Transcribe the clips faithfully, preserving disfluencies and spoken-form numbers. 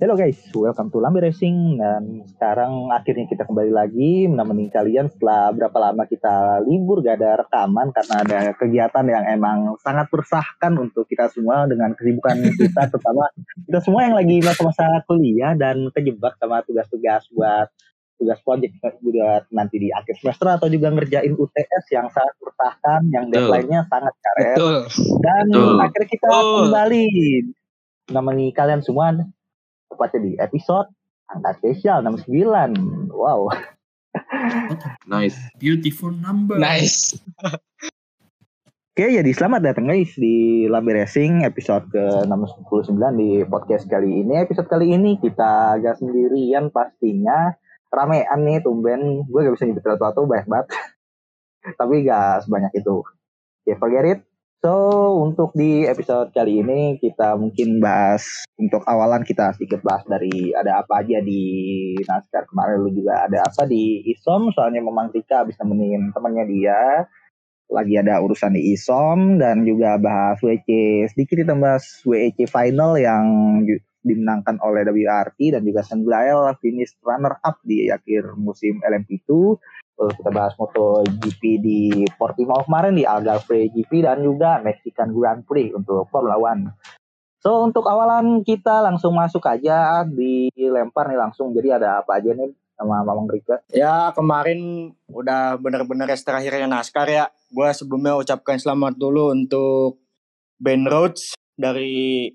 Hello guys, welcome to Lambe Racing. Dan sekarang akhirnya kita kembali lagi menemani kalian setelah berapa lama kita libur gak ada rekaman karena ada kegiatan yang emang sangat meresahkan untuk kita semua dengan kesibukan kita, terutama kita semua yang lagi masa-masa kuliah dan kejebak sama tugas-tugas buat tugas project buat nanti di akhir semester atau juga ngerjain U T S yang sangat meresahkan, yang deadline-nya sangat karet. Betul. Dan Betul. akhirnya kita Betul. kembali menemani kalian semua tepatnya di episode angka spesial enam puluh sembilan. Wow. Nice. Beautiful number. Nice. Oke, jadi selamat datang guys di Lambe Racing episode ke enam puluh sembilan di podcast kali ini. Episode kali ini kita agak sendirian pastinya. Ramean nih, tumben. Gue gak bisa nyebut satu-satu, banyak banget. Tapi gak sebanyak itu. Oke, forget it. So, untuk di episode kali ini kita mungkin bahas, untuk awalan kita sedikit bahas dari ada apa aja di NASCAR. Kemarin lu juga ada apa di I S O M, soalnya memang Tika habis nemenin temannya dia. Lagi ada urusan di I S O M dan juga bahas W C, sedikit kita bahas W E C Final yang dimenangkan oleh W R T dan juga Sam Glael finish runner up di akhir musim L M P dua. Lalu kita bahas MotoGP di Portimao kemarin, di Algarve G P dan juga Mexican Grand Prix untuk Formula One. So untuk awalan kita langsung masuk aja, dilempar nih langsung. Jadi ada apa aja nih sama Mamang Rika? Ya kemarin udah bener-bener race terakhirnya NASCAR ya. Gue sebelumnya ucapkan selamat dulu untuk Ben Rhodes dari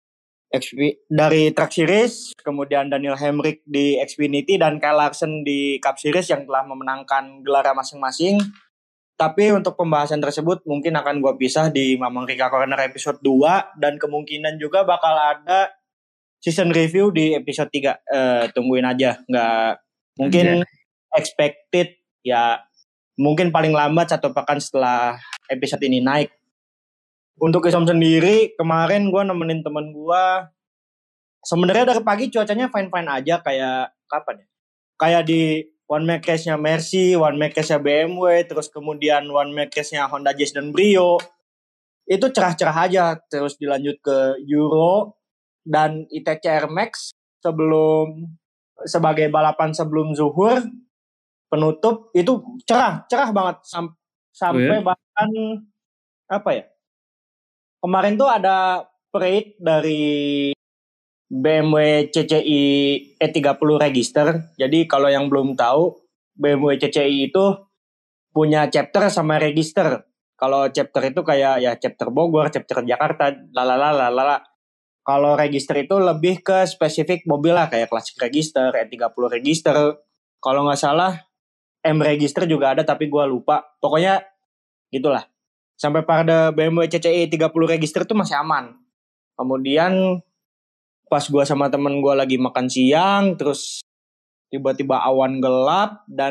X P, dari Truck Series, kemudian Daniel Hemric di Xfinity dan Kyle Larson di Cup Series yang telah memenangkan gelar masing-masing. Tapi untuk pembahasan tersebut mungkin akan gue pisah di Mamang Rika Corner episode dua dan kemungkinan juga bakal ada season review di episode tiga. Uh, tungguin aja, nggak mungkin expected ya, mungkin paling lambat satu pekan setelah episode ini naik. Untuk I S O M sendiri, kemarin gue nemenin temen gue. Sebenarnya dari pagi cuacanya fine-fine aja, kayak kapan ya? Kayak di one make race-nya Mercy, one make race-nya B M W, terus kemudian one make race-nya Honda Jazz dan Brio. Itu cerah-cerah aja, terus dilanjut ke Euro dan I T C R Max sebelum sebagai balapan sebelum zuhur penutup itu cerah, cerah banget sam- sampai oh ya? Bahkan apa ya? Kemarin tuh ada parade dari B M W C C I E tiga puluh Register. Jadi kalau yang belum tahu, B M W C C I itu punya chapter sama Register. Kalau chapter itu kayak ya chapter Bogor, chapter Jakarta, lalala. Kalau Register itu lebih ke spesifik mobil lah, kayak Classic Register, E tiga puluh Register. Kalau nggak salah M Register juga ada, tapi gue lupa. Pokoknya gitulah. Sampai pada B M W C C I tiga puluh Register itu masih aman. Kemudian pas gue sama temen gue lagi makan siang, terus tiba-tiba awan gelap dan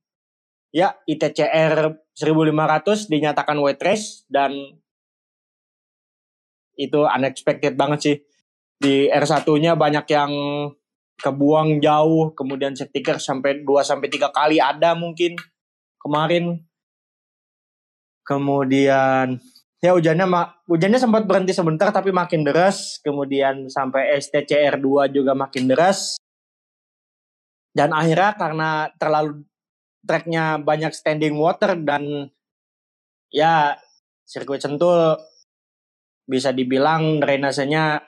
ya I T C R seribu lima ratus dinyatakan wet race dan itu unexpected banget sih. Di R satu-nya banyak yang kebuang jauh, kemudian safety car sampai dua sampai tiga kali ada mungkin kemarin. Kemudian ya hujannya hujannya sempat berhenti sebentar tapi makin deras. Kemudian sampai S T C R dua juga makin deras. Dan akhirnya karena terlalu tracknya banyak standing water dan ya sirkuit Sentul bisa dibilang drainasenya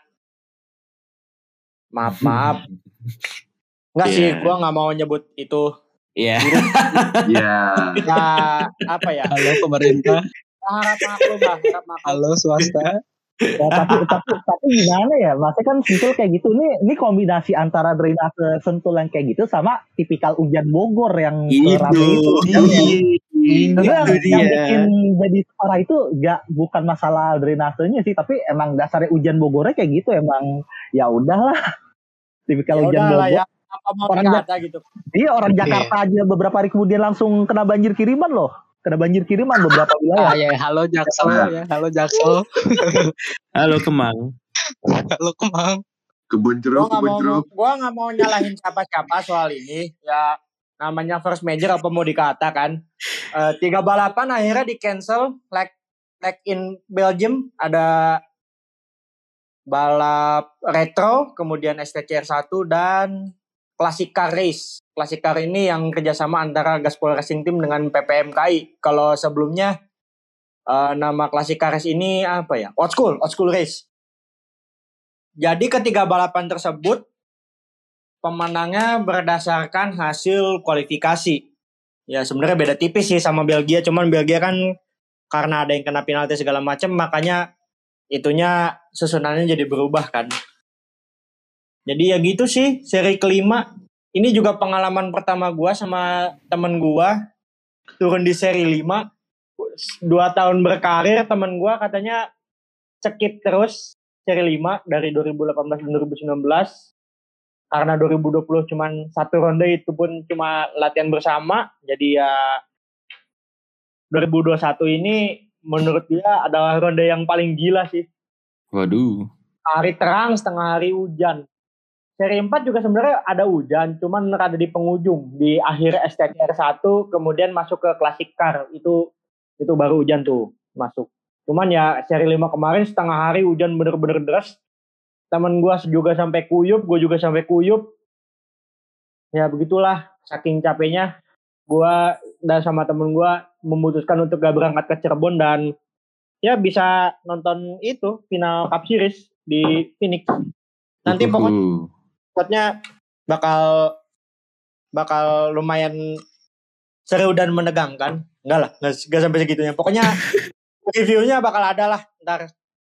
maaf maaf. Enggak yeah. sih, gue nggak mau nyebut itu. Iya. Iya. Nah, apa ya? Halo pemerintah. Harap maklum lah, harap maklum. Halo swasta. Ya, tapi tapi tapi gimana ya? Maksudnya kan Sentul kayak gitu nih, ini kombinasi antara drainase Sentul yang kayak gitu sama tipikal hujan Bogor yang itu. itu. Itu yang, dia. Yang bikin jadi parah itu gak bukan masalah drainasenya sih, tapi emang dasarnya hujan Bogornya kayak gitu emang. Ya udahlah. Tipikal ya hujan Bogor. Ya. Apa mau orang kata gitu. Iya, orang okay. Jakarta aja beberapa hari kemudian langsung kena banjir kiriman loh. Kena banjir kiriman beberapa wilayah. Ah, ya, halo Jaksel ya, halo Jaksel. Halo Kemang. Halo Kemang. Kebun jeruk, kebun jeruk. Gua enggak mau nyalahin siapa-siapa soal ini. Ya namanya first major apa mau dikatakan. Uh, tiga balapan akhirnya di cancel like like in Belgium ada balap retro, kemudian S T C R satu dan Classic Car Race. Classic Car ini yang kerjasama antara Gaspol Racing Team dengan P P M K I. Kalau sebelumnya uh, nama Classic Car Race ini apa ya? Old School, Old School Race. Jadi ketiga balapan tersebut pemenangnya berdasarkan hasil kualifikasi. Ya sebenarnya beda tipis sih sama Belgia, cuman Belgia kan karena ada yang kena penalti segala macam, makanya itunya susunannya jadi berubah kan. Jadi ya gitu sih seri kelima. Ini juga pengalaman pertama gua sama temen gua turun di seri lima. Dua tahun berkarir temen gua katanya cekip terus seri lima dari dua ribu delapan belas dan dua ribu sembilan belas. Karena dua ribu dua puluh cuman satu ronde, itu pun cuma latihan bersama. Jadi ya dua ribu dua puluh satu ini menurut dia adalah ronde yang paling gila sih. Waduh. Hari terang, setengah hari hujan. Seri empat juga sebenarnya ada hujan, cuman ada di penghujung. Di akhir S T C R satu, kemudian masuk ke Classic Car. Itu itu baru hujan tuh masuk. Cuman ya seri lima kemarin setengah hari hujan bener-bener deras. Temen gue juga sampai kuyup, gue juga sampai kuyup. Ya begitulah, saking capeknya gue dan sama temen gue memutuskan untuk gak berangkat ke Cirebon dan ya bisa nonton itu final Cup Series di Phoenix. Nanti pokoknya, pokoknya bakal bakal lumayan seru dan menegangkan. Enggak lah, gak, gak sampai segitunya. Pokoknya reviewnya bakal ada lah ntar.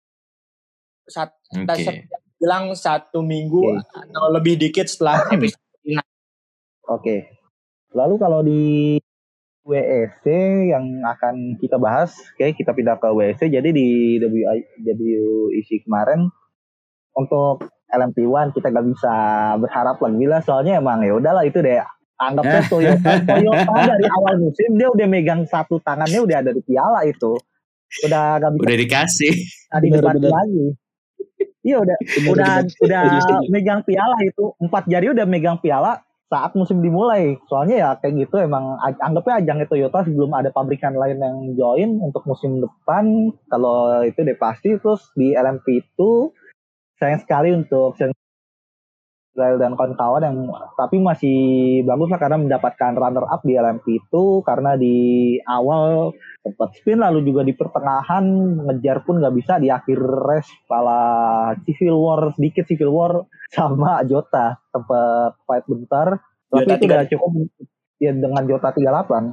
Saat okay. bilang satu minggu okay. atau lebih dikit setelah episode ini. Oke. Okay. Lalu kalau di W E C yang akan kita bahas, oke okay, kita pindah ke W E C. Jadi di W E C kemarin untuk L M P satu kita gak bisa berharap lagi lah, soalnya emang ya udahlah itu deh. Anggapnya Toyota, Toyota dari awal musim dia udah megang satu tangannya udah ada di piala itu. Udah gak bisa. Udah dikasih. Tadi debat lagi. Iya udah bener, udah bener. udah megang piala itu, empat jari udah megang piala saat musim dimulai. Soalnya ya kayak gitu emang anggapnya ajangnya Toyota sebelum ada pabrikan lain yang join untuk musim depan. Kalau itu deh pasti. Terus di L M P itu sayang sekali untuk Israel dan kawan-kawan yang tapi masih bagus lah karena mendapatkan runner up di L M P itu karena di awal sempat spin, lalu juga di pertengahan ngejar pun nggak bisa, di akhir race malah civil war sedikit civil war sama Jota sempat fight bentar, tapi Jota itu udah cukup ya dengan Jota tiga puluh delapan,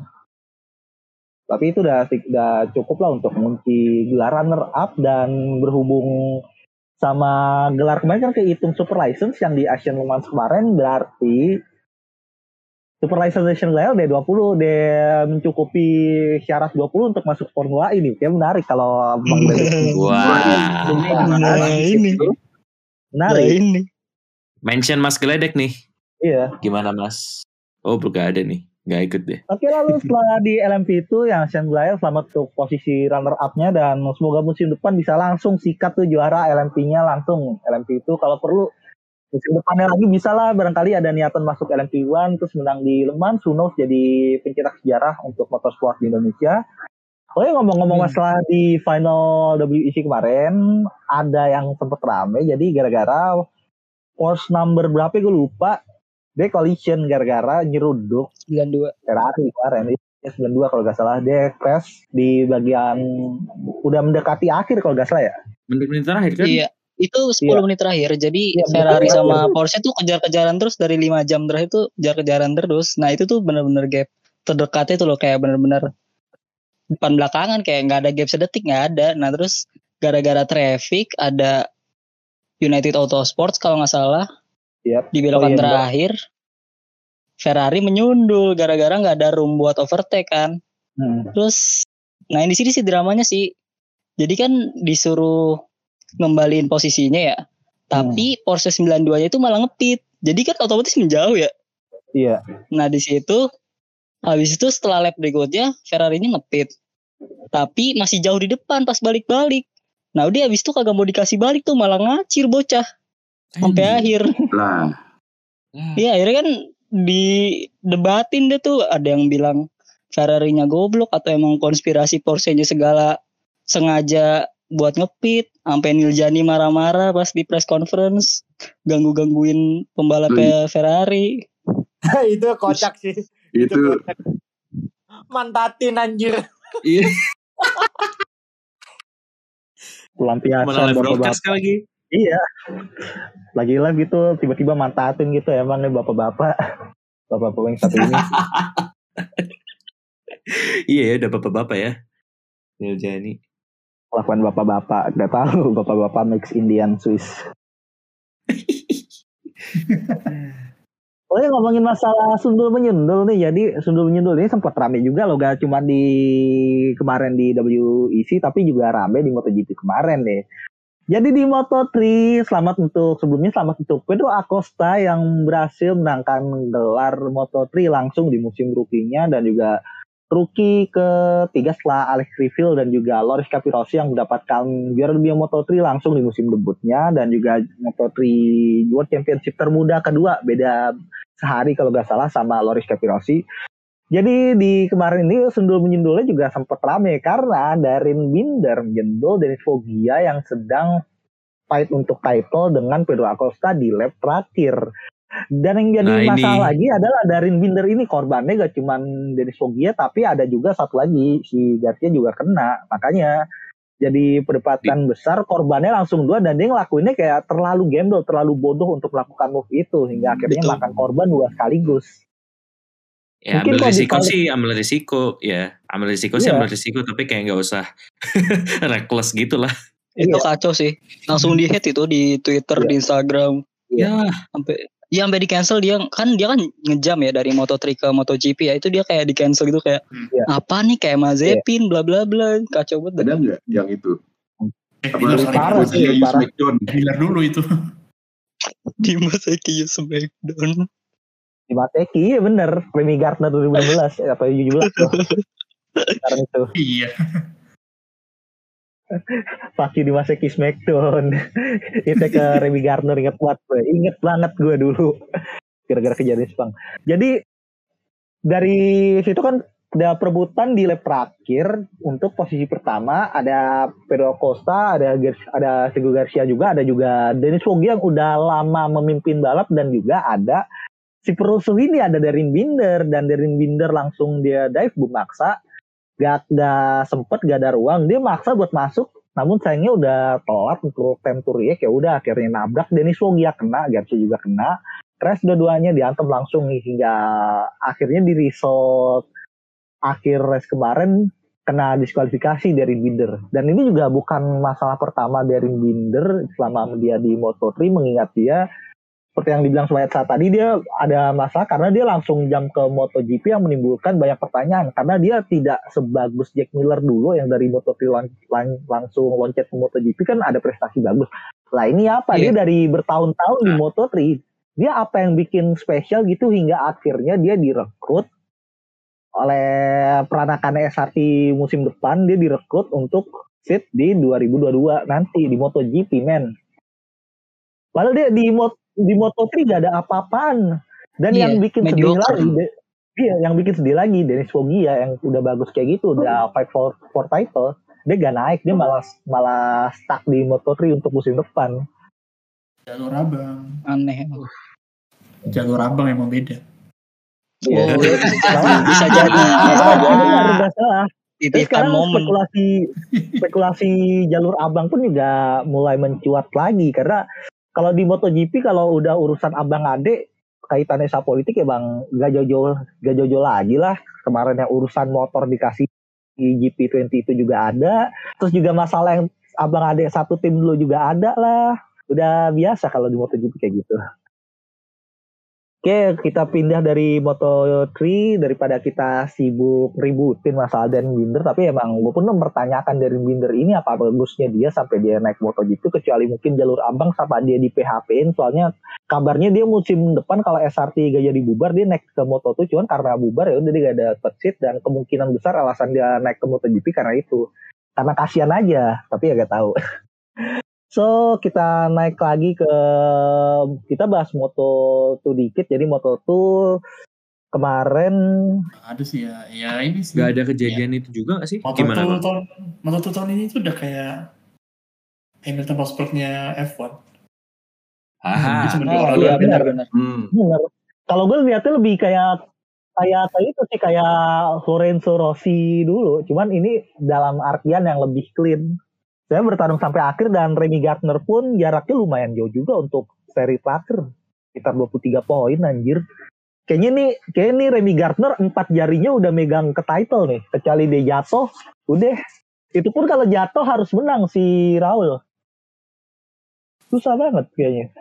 tapi itu udah udah cukup lah untuk mengunci gelar runner up. Dan berhubung sama gelar kemarin kan kehitung super license yang di Asian Le Mans kemarin, berarti super license Asian L D dua puluh dia mencukupi syarat dua puluh untuk masuk Formula E. Ini kayak menarik kalau Bang Dedek. Wah. Nah, ini. Menarik. Nah, ini. Mention Mas Geledek nih. Iya. Gimana Mas? Oh, belum ada nih. Gak ikut deh. Oke, lalu setelah di L M P itu yang Sean Blair selamat untuk posisi runner up-nya dan semoga musim depan bisa langsung sikat tuh juara L M P-nya langsung. L M P itu kalau perlu musim depannya lagi bisa lah, barangkali ada niatan masuk L M P satu terus menang di Le Mans, who knows, jadi pencetak sejarah untuk motorsport di Indonesia. Oh ya, ngomong-ngomong hmm. masalah di final W E C kemarin ada yang sempat rame, jadi gara-gara Porsche number berapa gue lupa, dia collision gara-gara nyeruduk sembilan dua Ferrari kemarin, ya sembilan dua kalau gak salah, dia crash di bagian udah mendekati akhir kalau gak salah ya. Menit-menit terakhir kan? Iya. Itu sepuluh iya. menit terakhir. Jadi iya, Ferrari betul, sama betul. Porsche tuh kejar-kejaran terus dari lima jam terakhir tuh kejar-kejaran terus. Nah, itu tuh benar-benar gap terdekatnya tuh loh, kayak benar-benar depan belakangan, kayak enggak ada gap sedetik, enggak ada. Nah, terus gara-gara traffic ada United Autosports kalau enggak salah. Yep. Di belokan oh, iya, terakhir bener. Ferrari menyundul gara-gara enggak ada room buat overtake kan. Hmm. Terus nah di sini sih dramanya sih. Jadi kan disuruh ngembaliin posisinya ya, tapi hmm. Porsche sembilan dua nya itu malah ngepit, jadi kan otomatis menjauh ya. Iya. Nah di situ, habis itu setelah lap berikutnya Ferrari-nya ngepit, tapi masih jauh di depan pas balik-balik. Nah udah habis itu kagak mau dikasih balik tuh, malah ngacir bocah sampai hmm. akhir. Lah. Iya akhirnya kan didebatin deh tuh, ada yang bilang Ferrari-nya goblok atau emang konspirasi Porsche-nya segala sengaja buat ngepit, Sampai Niljani marah-marah pas di press conference, ganggu-gangguin pembalapnya Ferrari. Itu kocak sih. Itu, Itu kocak. Mantatin anjir. Iya. Pelampiasan Mana live bapak-bapak. broadcast lagi. Iya. Lagi live gitu tiba-tiba mantatin gitu emang nih bapak-bapak. Bapak-bapak yang satu ini. Iya ya, udah bapak-bapak ya. Niljani. Lakukan bapak-bapak, gak tahu bapak-bapak mix Indian Swiss. Oh ya ngomongin masalah sundul menyundul nih, jadi sundul menyundul ini sempat rame juga loh, gak cuma di kemarin di W E C tapi juga rame di MotoGP kemarin nih. Jadi di Moto tiga, selamat untuk sebelumnya selamat untuk Pedro Acosta yang berhasil menangkan gelar Moto tiga langsung di musim rookie-nya dan juga rookie ketiga setelah Alex Criville dan juga Loris Capirossi yang mendapatkan juara dunia Moto tiga langsung di musim debutnya dan juga Moto tiga World Championship termuda kedua, beda sehari kalau nggak salah sama Loris Capirossi. Jadi di kemarin ini sundul menyundulnya juga sempat rame karena Darren Binder menjendol Dennis Foggia yang sedang fight untuk title dengan Pedro Acosta di lap terakhir. Dan yang jadi Nah, masalah ini. lagi adalah Darren Binder ini korbannya gak cuma Dennis Foggia tapi ada juga satu lagi si Garcia juga kena, makanya jadi perdebatan besar, korbannya langsung dua dan dia ngelakuinnya kayak terlalu gembel, terlalu bodoh untuk melakukan move itu hingga akhirnya Betul. makan korban dua sekaligus. Ya Mungkin ambil kalau risiko dikali- sih, ambil risiko ya, ambil risiko sih, Iya. ambil risiko tapi kayak nggak usah reckless gitu lah. Itu Iya. kacau sih. Langsung di hate itu di Twitter, Iya. di Instagram. Iya. Ya, Sampai ya sampai di cancel dia kan dia kan ngejam ya dari Moto tiga ke MotoGP ya. Itu dia kayak di cancel gitu kayak Iya. apa nih kayak Mazepin bla bla bla, kacau banget. ada nggak yang itu? Eh, Apa Miller parah sorry, sih, Dia use parah. McDon. Miller dulu itu. Di masa Q Smackdown. Di Mateki, iya bener. Remy Gardner dua ribu enam belas eh, apa tujuh belas tuh. Sekarang itu. Iya. Fuck you di Maseki Smackdown. Itu ke Remy Gardner, inget banget gue. Inget banget gue dulu. Gara-gara kejadian Sepang. Jadi dari situ kan ada perebutan di lap terakhir untuk posisi pertama. Ada Pedro Acosta, ada Gar- ada Sergio Garcia juga, ada juga Dennis Foggia yang udah lama memimpin balap dan juga ada si perusuh ini ada Darren Binder dan Darren Binder langsung dia dive memaksa. Gak, gak sempet, gak ada ruang, dia maksa buat masuk, namun sayangnya udah telat untuk time to react, ya udah akhirnya nabrak. Dennis Foggia kena, Garcia juga kena, crash dua-duanya diantem langsung nih, hingga akhirnya di result akhir race kemarin kena diskualifikasi dari Binder. Dan ini juga bukan masalah pertama dari Binder selama dia di Moto tiga, mengingat dia seperti yang dibilang Sumayat saat tadi, dia ada masalah karena dia langsung jam ke MotoGP yang menimbulkan banyak pertanyaan karena dia tidak sebagus Jack Miller dulu yang dari Moto tiga lang- lang- langsung loncat ke MotoGP kan ada prestasi bagus. Lah ini apa? Iya. Dia dari bertahun-tahun di Moto tiga, dia apa yang bikin spesial gitu hingga akhirnya dia direkrut oleh peranakan S R T musim depan, dia direkrut untuk sit di dua ribu dua puluh dua nanti di MotoGP, men. Padahal dia di Moto di Moto tiga gak ada apa-apaan. Dan Iya, yang bikin sedih mediocre. lagi, de- iya, yang bikin sedih lagi Dennis Foggia yang udah bagus kayak gitu, udah fight for, for title, dia gak naik, dia malah malah stuck di Moto tiga untuk musim depan. Jalur abang. Aneh. Jalur abang emang beda. Iya. Oh, Salah. bisa jadi. Salah, benar, udah salah. Terus Titipan sekarang momen. spekulasi spekulasi jalur abang pun juga mulai mencuat lagi karena kalau di MotoGP kalau udah urusan abang adek kaitannya sama politik ya bang gak jauh-jauh gak jauh-jauh lagi lah. Kemarin yang urusan motor dikasih di G P dua puluh itu juga ada, terus juga masalah yang abang adek satu tim dulu juga ada lah. Udah biasa kalau di MotoGP kayak gitu. Oke, kita pindah dari Moto tiga daripada kita sibuk ributin masalah Darren Binder, tapi emang gue pun mempertanyakan Darren Binder ini apa bagusnya dia sampai dia naik MotoGP, kecuali mungkin jalur abang sama dia di P H P-in, soalnya kabarnya dia musim depan kalau S R T gak jadi bubar dia naik ke Moto dua, cuman karena bubar ya udah dia gak ada third seat dan kemungkinan besar alasan dia naik ke MotoGP karena itu, karena kasihan aja, tapi ya gak tahu. So, kita naik lagi ke, kita bahas Moto dua dikit, jadi Moto dua kemarin, Ada sih ya. Ya ini sih. nggak ada kejadian itu juga nggak sih? Moto Gimana tuh Bang? tahun, Moto tuh tahun ini tuh udah kayak Hamilton Rosberg-nya F satu. Aha. Dia cuma dua Oh orang iya doang beda. benar-benar. Hmm. Bener. Kalau gue lihatnya lebih kayak kayak kayak itu sih kayak Lorenzo Rossi dulu, cuman ini dalam artian yang lebih clean. Saya bertarung sampai akhir dan Remy Gardner pun jaraknya lumayan jauh juga untuk seri terakhir, sekitar dua puluh tiga poin anjir. Kayaknya nih, kayaknya nih Remy Gardner empat jarinya udah megang ke title nih, kecuali dia jatuh, udah. Itu pun kalau jatuh harus menang si Raul. Susah banget kayaknya.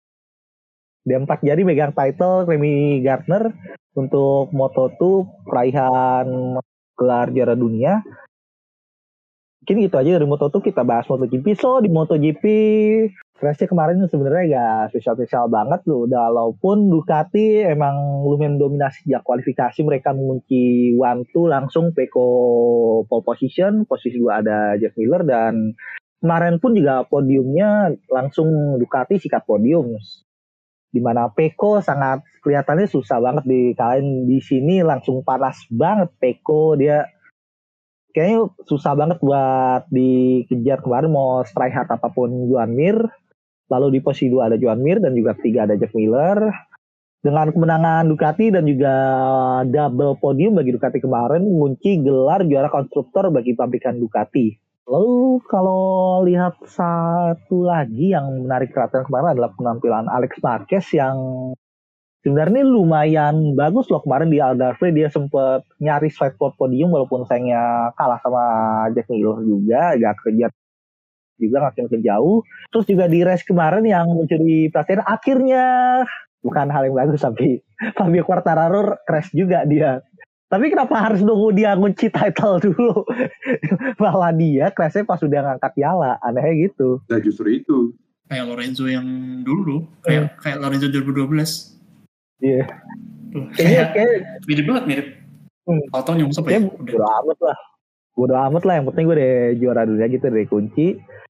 Dia empat jari megang title Remy Gardner untuk Moto dua peraihan gelar juara dunia. Mungkin gitu aja dari Moto dua, kita bahas MotoGP. So di MotoGP race kemarin sebenarnya gak spesial-spesial banget loh. Walaupun Ducati emang lumayan dominasi sejak kualifikasi, mereka mengunci one two langsung Pecco pole position, posisi dua ada Jeff Miller, dan kemarin pun juga podiumnya langsung Ducati sikat podium. Di mana Pecco sangat kelihatannya susah banget dikalahin. Di sini langsung panas banget Pecco, dia kayaknya susah banget buat dikejar. Kemarin mau try hard apapun Joan Mir, lalu di posisi dua ada Joan Mir dan juga ketiga ada Jeff Miller. Dengan kemenangan Ducati dan juga double podium bagi Ducati kemarin, mengunci gelar juara konstruktor bagi pabrikan Ducati. Lalu kalau lihat satu lagi yang menarik perhatian kemarin adalah penampilan Alex Marquez yang sebenarnya lumayan bagus loh kemarin di Algarve. Dia sempat nyaris fight for podium walaupun sayangnya kalah sama Jack Miller juga, agak kejar juga makin ke jauh. Terus juga di race kemarin yang mencuri perhatian akhirnya bukan hal yang bagus, tapi Fabio Quartararo crash juga dia. Tapi kenapa harus nunggu dia ngunci title dulu? Malah dia crashnya pas udah ngangkat piala, anehnya gitu. Nah justru itu. Kayak Lorenzo yang dulu, kayak Hmm. kayak Lorenzo dua ribu dua belas. Iya. Tuh, Kayaknya kayak kayak mirip banget mirip. Hmm. Auto nyungsep ya. kayak bodo amat lah. Bodo amat lah, yang penting gue udah juara dunia gitu, udah kunci.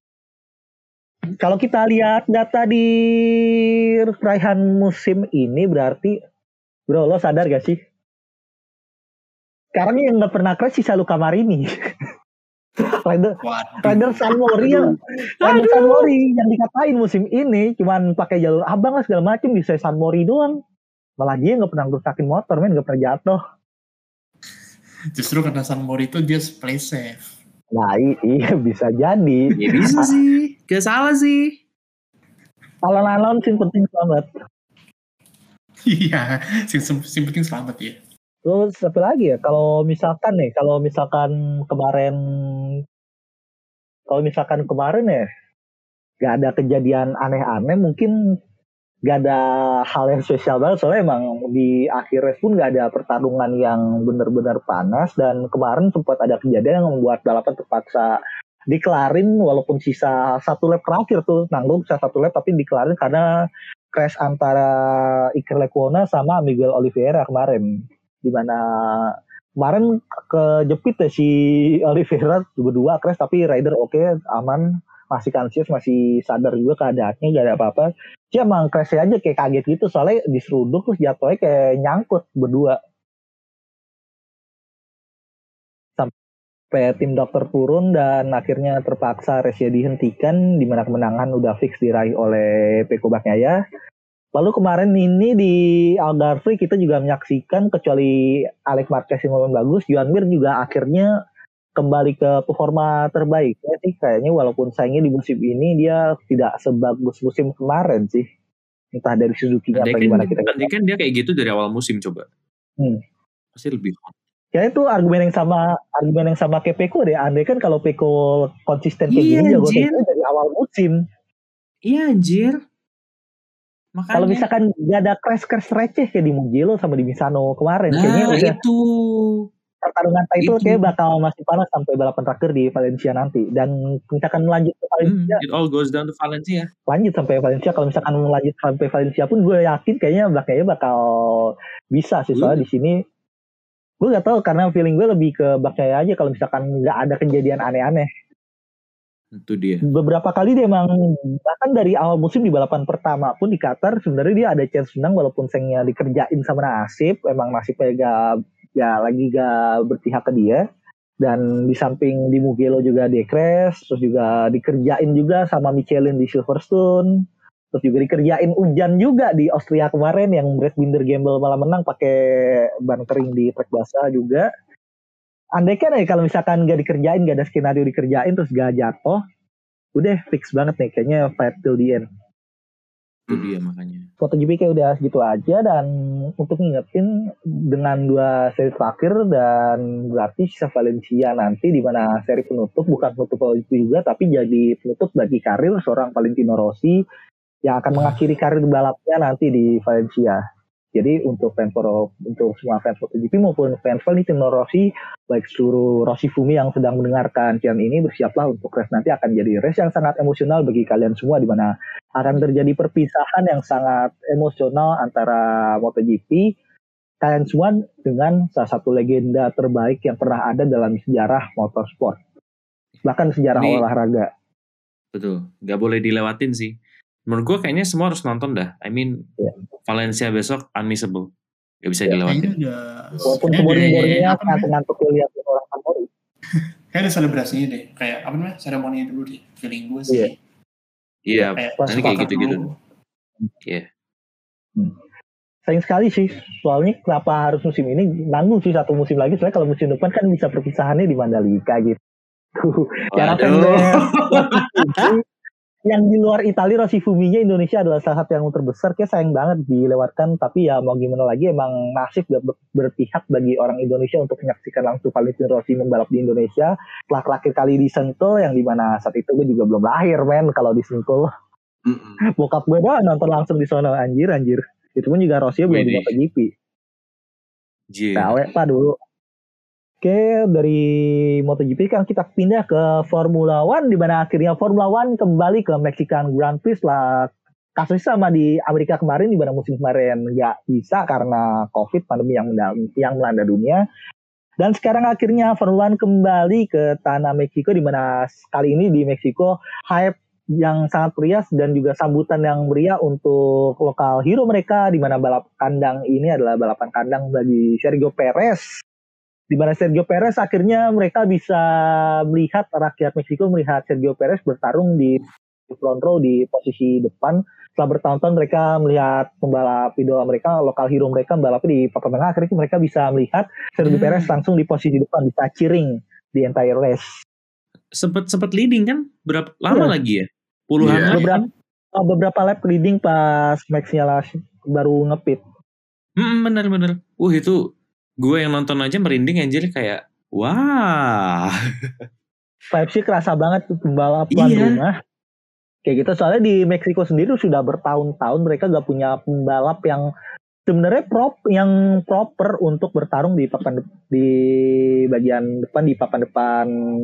Kalau kita lihat data di raihan musim ini berarti, bro, lo sadar gak sih? Sekarang yang nggak pernah crash sisa Luca Marini. Rider, Waduh. Rider San Mori yang Rider San Mori yang dikatain musim ini cuman pakai jalur abang lah segala macam, bisa San Mori doang. Malah dia nggak pernah ngerusakin motor, men, nggak pernah jatuh. Justru karena San Mori itu dia play safe. Nah i- iya bisa jadi. Ya bisa sih. Gak salah sih. Alon-alon sih penting banget. Iya, sing, sing penting selamat ya. Terus apa lagi ya? Kalau misalkan nih, kalau misalkan kemarin, kalau misalkan kemarin ya, gak ada kejadian aneh-aneh, mungkin gak ada hal yang spesial banget. Soalnya emang di akhir race pun gak ada pertarungan yang benar-benar panas. Dan kemarin sempat ada kejadian yang membuat balapan terpaksa dikelarin walaupun sisa satu lap terakhir tuh. Nanggung sisa satu lap tapi dikelarin karena crash antara Iker Lecuona sama Miguel Oliveira kemarin. Dimana kemarin kejepit ya si Oliveira berdua crash, tapi rider oke, okay, aman, masih conscious, masih sadar juga keadaannya, gak ada apa-apa. Dia emang crash aja kayak kaget gitu, soalnya diseruduk terus jatuhnya kayak nyangkut berdua. Sampai tim dokter turun dan akhirnya terpaksa race dihentikan, dimana kemenangan udah fix diraih oleh Pecco Bagnaia. Lalu kemarin ini di Algarve kita juga menyaksikan, kecuali Alex Marquez yang lumayan bagus, Joan Mir juga akhirnya kembali ke performa terbaiknya sih kayaknya, walaupun sayangnya di musim ini dia tidak sebagus musim kemarin sih. Entah dari Suzuki-nya Andai apa kan, gimana kita. andai kan dia kayak gitu dari awal musim coba. Hmm. Pasti lebih hot. Kayaknya itu argumen yang sama argumen yang sama kayak Pecco deh. Andai kan kalau Pecco konsisten kayak Iya, gini jago anjir. dari awal musim. Iya anjir. Makanya. Kalau misalkan gak ada crash-crash receh kayak di Mugello sama di Misano kemarin, Nah kayaknya udah itu. pertarungan title Itu. kayak bakal masih panas sampai balapan terakhir di Valencia nanti. Dan misalkan lanjut ke Hmm, Valencia, it all goes down to Valencia. lanjut sampai Valencia. Kalau misalkan lanjut sampai Valencia pun gue yakin kayaknya kayaknya bakal bisa sih, soalnya di sini gue gak tahu, karena feeling gue lebih ke Bagnaia aja kalau misalkan nggak ada kejadian aneh-aneh. Itu dia. Beberapa kali dia emang, bahkan dari awal musim di balapan pertama pun di Qatar sebenarnya dia ada chance menang walaupun sayangnya dikerjain sama Nasib. Emang nasibnya gak, ya lagi gak berpihak ke dia. Dan di samping di Mugello juga Decres, terus juga dikerjain juga sama Michelin di Silverstone, terus juga dikerjain hujan juga di Austria kemarin yang Brad Binder Gamble malah menang pakai ban kering di trek basah juga. Andai kan ya kalau misalkan gak dikerjain, gak ada skenario dikerjain terus gak jatuh, udah fix banget nih kayaknya fight till the end. Itu dia makanya. MotoGP kayak udah gitu aja, dan untuk ngingetin dengan dua seri terakhir dan berarti sisa Valencia nanti di mana seri penutup, bukan penutup itu juga tapi jadi penutup bagi karir seorang Valentino Rossi yang akan mengakhiri karir balapnya nanti di Valencia. Jadi untuk fans untuk semua fans MotoGP maupun fans Valentino Rossi, baik seluruh Rossi Fumi yang sedang mendengarkan siaran ini, bersiaplah untuk race nanti akan jadi race yang sangat emosional bagi kalian semua, di mana akan terjadi perpisahan yang sangat emosional antara MotoGP kalian semua dengan salah satu legenda terbaik yang pernah ada dalam sejarah motorsport, bahkan sejarah Ini, olahraga. Betul, nggak boleh dilewatin sih. Menurut gue kayaknya semua harus nonton dah. I mean, yeah. Valencia besok unmissable, nggak bisa yeah. dilewatin. Walaupun keboring-boringnya ngantuk-ngantuk lihat orang favorit. Kayak ada selebrasinya deh, kayak apa namanya seremoninya dulu deh, feeling gue sih. Yeah. Iya, yeah, nanti kayak gitu-gitu. Iya. Yeah. Hmm. Sayang sekali sih, soalnya kenapa harus musim ini, nanggung sih satu musim lagi, soalnya kalau musim depan kan bisa perpisahannya di Mandalika gitu. Cara fans yang di luar Italia, Rossi Fuminya Indonesia adalah salah satu yang terbesar, kayak sayang banget dilewatkan, tapi ya mau gimana lagi, emang nasib berpihak bagi orang Indonesia untuk menyaksikan langsung Valentino Rossi membalap di Indonesia. Setelah terakhir kali di Sentul, yang dimana saat itu gue juga belum lahir men kalau di Sentul. Mm-hmm. Bokap gue doang nonton langsung di sana, anjir anjir. Itu pun juga Rossi belum di MotoGP. Kawek pak dulu. Oke, dari MotoGP kan kita pindah ke Formula One, di mana akhirnya Formula One kembali ke Mexican Grand Prix setelah kasus sama di Amerika kemarin, di mana musim kemarin nggak bisa karena COVID, pandemi yang, yang melanda dunia. Dan sekarang akhirnya Formula One kembali ke tanah Meksiko, di mana kali ini di Meksiko hype yang sangat meriah dan juga sambutan yang meriah untuk lokal hero mereka, di mana balap kandang ini adalah balapan kandang bagi Sergio Perez. Di mana Sergio Perez akhirnya mereka bisa melihat, rakyat Meksiko melihat Sergio Perez bertarung di front row di posisi depan. Setelah bertahun-tahun mereka melihat pembalap idola mereka, lokal hero mereka membalap di papan tengah, akhirnya mereka bisa melihat Sergio hmm. Perez langsung di posisi depan, bisa cheering di entire race. Sempet sempet leading kan? Berapa lama yeah. lagi ya? Puluhan yeah. beberapa oh, beberapa lap leading pas Max-nya baru ngepit. Hmm, benar-benar. Uh itu gue yang nonton aja merinding anjir, kayak wah. Vibes-nya kerasa banget pembalap tuan iya. rumah. Kayak gitu, soalnya di Meksiko sendiri sudah bertahun-tahun mereka gak punya pembalap yang sebenarnya prop yang proper untuk bertarung di papan di bagian depan, di papan depan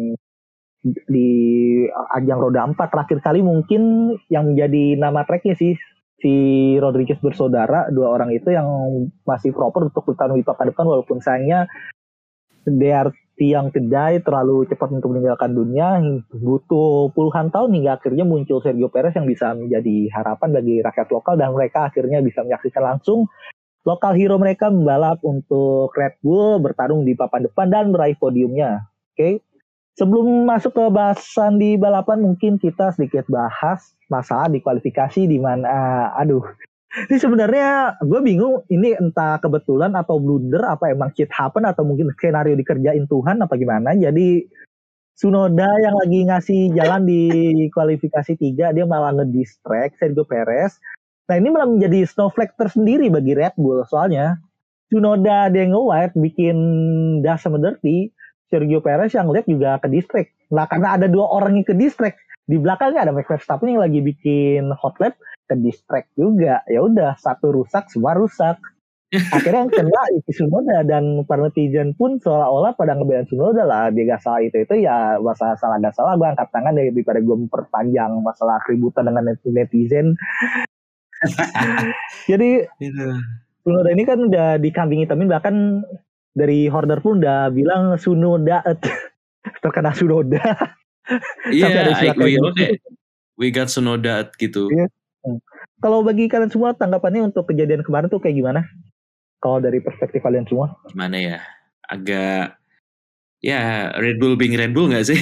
di ajang roda empat. Terakhir kali mungkin yang menjadi nama tracknya sih si Rodriguez bersaudara, dua orang itu yang masih proper untuk bertarung di papan depan, walaupun sayangnya they are young to die, terlalu cepat untuk meninggalkan dunia, butuh puluhan tahun hingga akhirnya muncul Sergio Perez yang bisa menjadi harapan bagi rakyat lokal, dan mereka akhirnya bisa menyaksikan langsung lokal hero mereka membalap untuk Red Bull, bertarung di papan depan dan meraih podiumnya. Oke, okay. Sebelum masuk ke bahasan di balapan, mungkin kita sedikit bahas masalah di kualifikasi, di mana, aduh, ini sebenarnya gue bingung, ini entah kebetulan atau blunder, apa emang shit happen, atau mungkin skenario dikerjain Tuhan, apa gimana. Jadi Tsunoda yang lagi ngasih jalan di kualifikasi tiga, dia malah ngedistract Sergio Perez. Nah ini malah menjadi snowflake tersendiri bagi Red Bull, soalnya Tsunoda dia nge-wide bikin das sama dirty, Sergio Perez yang lihat juga ke distract. Nah karena ada dua orang yang ke distract, di belakangnya ada Max Verstappen yang lagi bikin hot lap, ke distract juga. Ya udah, satu rusak, semua rusak. Akhirnya yang kena Yuki Tsunoda, dan para netizen pun seolah-olah pada ngebelain Tsunoda lah, dia gak salah itu itu ya masalah salah gak salah, gue angkat tangan daripada gue memperpanjang masalah keributan dengan netizen. Jadi Tsunoda ini kan udah dikambing hitamin, bahkan dari Horner pun udah bilang Tsunoda terkena Tsunoda. Iya, yeah, we, okay. we got Tsunoda gitu. Yeah. Hmm. Kalau bagi kalian semua tanggapannya untuk kejadian kemarin tuh kayak gimana? Kalau dari perspektif kalian semua? Gimana ya? Agak Ya Red Bull being Red Bull nggak sih?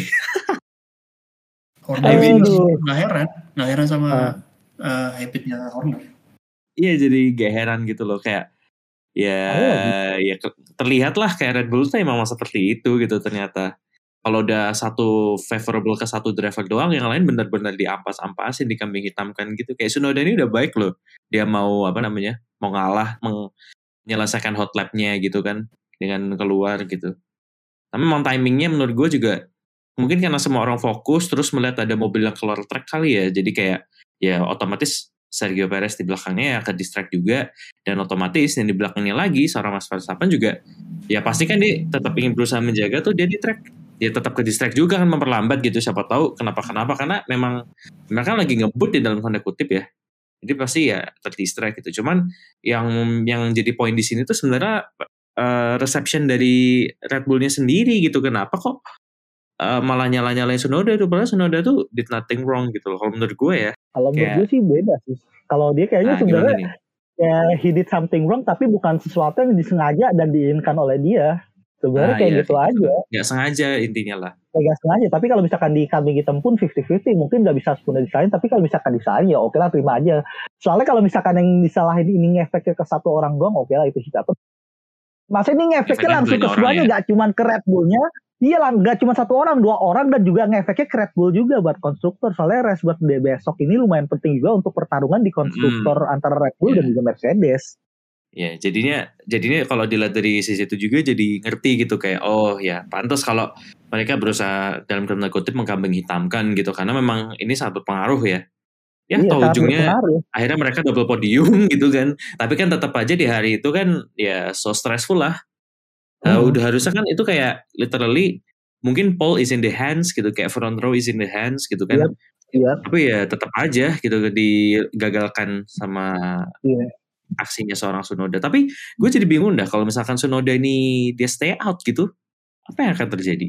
Horner Aduh. sih nggak heran, nggak heran sama Ah. uh, habitnya Horner. Iya jadi gak heran gitu loh kayak ya Oh, ya ke- terlihat lah kayak Red Bull tuh emang seperti itu gitu ternyata. Kalau udah satu favorable ke satu driver doang, yang lain benar-benar diampas-ampasin, dikambing hitamkan gitu. Kayak Tsunoda ini udah baik loh. Dia mau apa namanya? Mau ngalah, menyelesaikan hot lap-nya gitu kan dengan keluar gitu. Tapi memang timingnya menurut gue juga mungkin karena semua orang fokus terus melihat ada mobil yang keluar track kali ya. Jadi kayak ya otomatis Sergio Perez di belakangnya ya ke distract juga, dan otomatis yang di belakangnya lagi seorang Max Verstappen juga ya pasti kan dia tetap ingin berusaha menjaga tuh dia di track. Dia tetap ke distract juga kan, memperlambat gitu, siapa tahu kenapa-kenapa karena memang mereka lagi ngebut di dalam tanda kutip ya. Jadi pasti ya terdistract gitu. Cuman yang yang jadi poin di sini tuh sebenarnya uh, reception dari Red Bull-nya sendiri gitu. Kenapa kok uh, malah nyala-nyalain Tsunoda itu, padahal Tsunoda tuh did nothing wrong gitu loh kalau menurut gue ya. kalau menurut Kayak- gue sih beda sih. Kalau dia kayaknya Nah, gimana sebenarnya nih? ya he did something wrong tapi bukan sesuatu yang disengaja dan diinginkan oleh dia. Sebenarnya Ah, kayak iya, gitu aja. Nggak sengaja intinya lah. Kayak gak sengaja. Tapi kalau misalkan di kambing hitam pun fifty fifty mungkin gak bisa sepenuhnya disalahin. Tapi kalau misalkan disalahin ya oke lah, terima aja. Soalnya kalau misalkan yang disalahin ini ngefeknya ke satu orang doang, oke lah itu sih. Maksudnya ini ngefeknya Ngefeknya langsung ke banyak orang semuanya, ya? gak cuma ke Red Bull-nya. Iya lah, gak cuma satu orang, dua orang, dan juga ngefeknya ke Red Bull juga buat konstruktor. Soalnya race buat besok ini lumayan penting juga untuk pertarungan di konstruktor Mm-mm. antara Red Bull Yeah. dan juga Mercedes. Ya, jadinya jadinya kalau dilihat dari sisi itu juga jadi ngerti gitu kayak oh ya pantas kalau mereka berusaha dalam tanda kutip mengkambing hitamkan gitu karena memang ini sangat berpengaruh ya. Ya Iya, toh sangat ujungnya berpengaruh. akhirnya mereka double podium gitu kan. Tapi kan tetap aja di hari itu kan ya so stressful lah. Uh, Hmm. udah harusnya kan itu kayak literally mungkin pole is in the hands gitu, kayak front row is in the hands gitu kan. Yep, yep. Tapi ya tetap aja gitu digagalkan sama Iya. aksinya seorang Tsunoda. Tapi gue jadi bingung dah kalau misalkan Tsunoda ini dia stay out gitu, apa yang akan terjadi?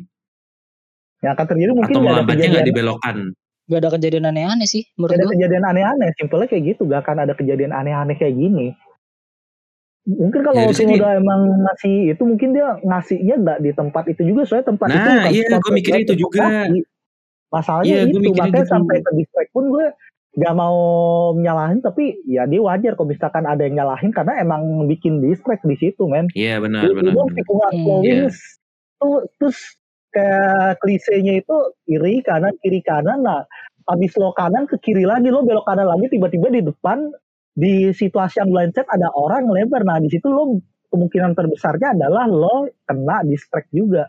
Yang akan terjadi mungkin Atau gak ada melambatnya kejadian, nggak dibelokkan? Gak ada kejadian aneh-aneh sih gak menurut ada gue. kejadian aneh-aneh. Simpelnya kayak gitu, gak akan ada kejadian aneh-aneh kayak gini. Mungkin kalau Ya, di sini- Tsunoda emang ngasih itu, mungkin dia ngasihnya gak di tempat itu juga, soalnya tempat Nah, itu bukan iya, sponsor gue mikirnya buat itu tempat juga. ngasih. Masalahnya Iya, gue itu, mikirnya makanya gitu. sampai ke distract pun gue gak mau nyalahin, tapi ya dia wajar kalau misalkan ada yang nyalahin karena emang bikin distract di situ, men. Iya benar Lu benar. dong benar. tikungan Hmm, flowing iya. tuh, terus kayak klisenya itu kiri kanan kiri kanan, nah habis lo kanan ke kiri lagi, lo belok kanan lagi, tiba-tiba di depan di situasi yang blind set ada orang lebar, nah di situ lo kemungkinan terbesarnya adalah lo kena distract juga.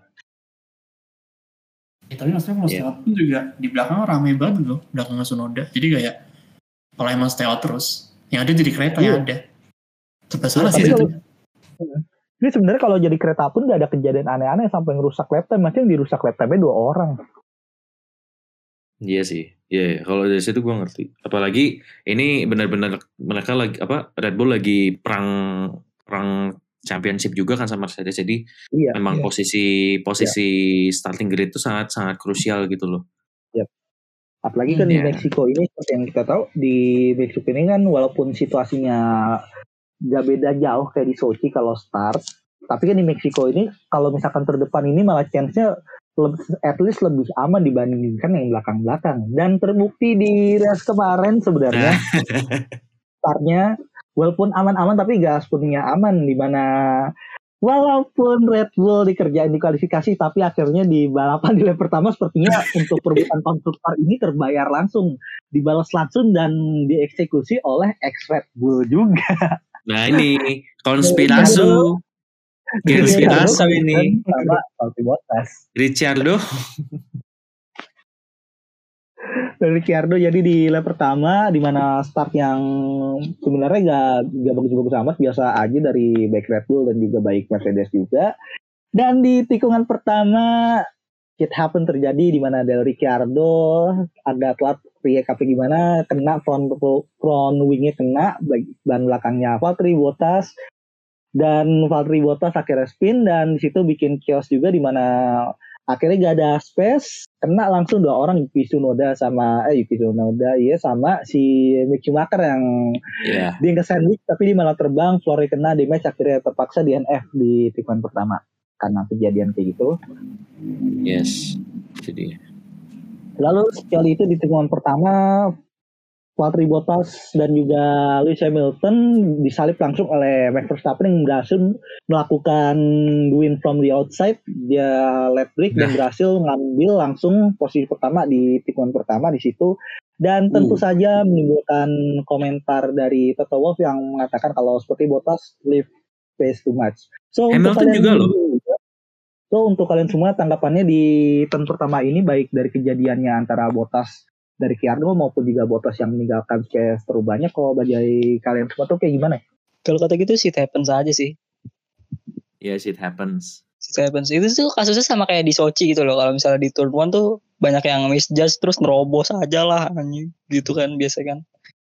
Ya, tapi maksudnya kalau Iya. stay out pun juga di belakang rame banget loh, belakangnya Tsunoda. Jadi kayak kalau emang stay out terus, yang ada jadi kereta Iya. yang ada. Serba salah Tapi sih itu. kalau- Ini sebenarnya kalau jadi kereta pun gak ada kejadian aneh-aneh sampai ngerusak lap time, maksudnya yang dirusak lap time-nya dua orang. Iya sih. Iya, iya. Kalau dari situ gue ngerti. Apalagi ini benar-benar mereka lagi apa Red Bull lagi perang perang championship juga kan sama Mercedes. Jadi Iya. memang iya. posisi posisi starting grid itu sangat sangat krusial gitu loh. Apalagi kan di Iya. Meksiko ini seperti yang kita tahu, di Meksiko ini kan walaupun situasinya gak beda jauh kayak di Sochi kalau start, tapi kan di Meksiko ini kalau misalkan terdepan ini malah chance-nya lebih, at least lebih aman dibandingkan yang belakang-belakang. Dan terbukti di race kemarin sebenarnya startnya walaupun aman-aman tapi gak sepenuhnya aman, di mana walaupun Red Bull dikerjain di kualifikasi, tapi akhirnya di balapan di lap pertama sepertinya untuk perbuatan konstruktor ini terbayar langsung, dibalas langsung dan dieksekusi oleh ex Red Bull juga. Nah ini konspirasi, konspirasi ini. Sama Valtteri Bottas. Ricciardo. Dan Ricciardo jadi di lap pertama di mana start yang sebenarnya gak, gak bagus-bagus amat, biasa aja dari baik Red Bull dan juga baik Mercedes juga. Dan di tikungan pertama it happen terjadi di mana Del Ricciardo ada telat react apa gimana, kena front front wingnya kena, ban belakangnya Valtteri Bottas, dan Valtteri Bottas akhirnya spin dan di situ bikin chaos juga di mana akhirnya gak ada space, kena langsung dua orang, Yuki Tsunoda sama eh Yuki Tsunoda iya sama si Mick Schumacher yang Iya. dia ke sandwich tapi dia malah terbang, floornya kena damage, akhirnya terpaksa di N F di tikungan pertama. karena kejadian kayak gitu. Yes. Jadi. Lalu sekali itu di tikungan pertama Valtteri Bottas dan juga Lewis Hamilton disalip langsung oleh Max Verstappen yang berhasil melakukan win from the outside. Dia lap break nah. dan berhasil mengambil langsung posisi pertama di tikungan pertama di situ. Dan tentu uh. saja menimbulkan komentar dari Toto Wolff yang mengatakan kalau seperti Bottas leave space too much. So Hamilton juga loh. So untuk kalian semua tanggapannya di turn pertama ini baik dari kejadiannya antara Bottas dari Ricciardo maupun juga Bottas yang meninggalkan space terlalu banyak, kalau bagi kalian semua tuh kayak gimana? Kalau kata gitu shit happens aja sih. Ya yeah, shit happens. Shit happens. Itu tuh kasusnya sama kayak di Sochi gitu loh. Kalau misalnya di turn one tuh banyak yang misjudge terus nerobos aja lah gitu kan biasa kan.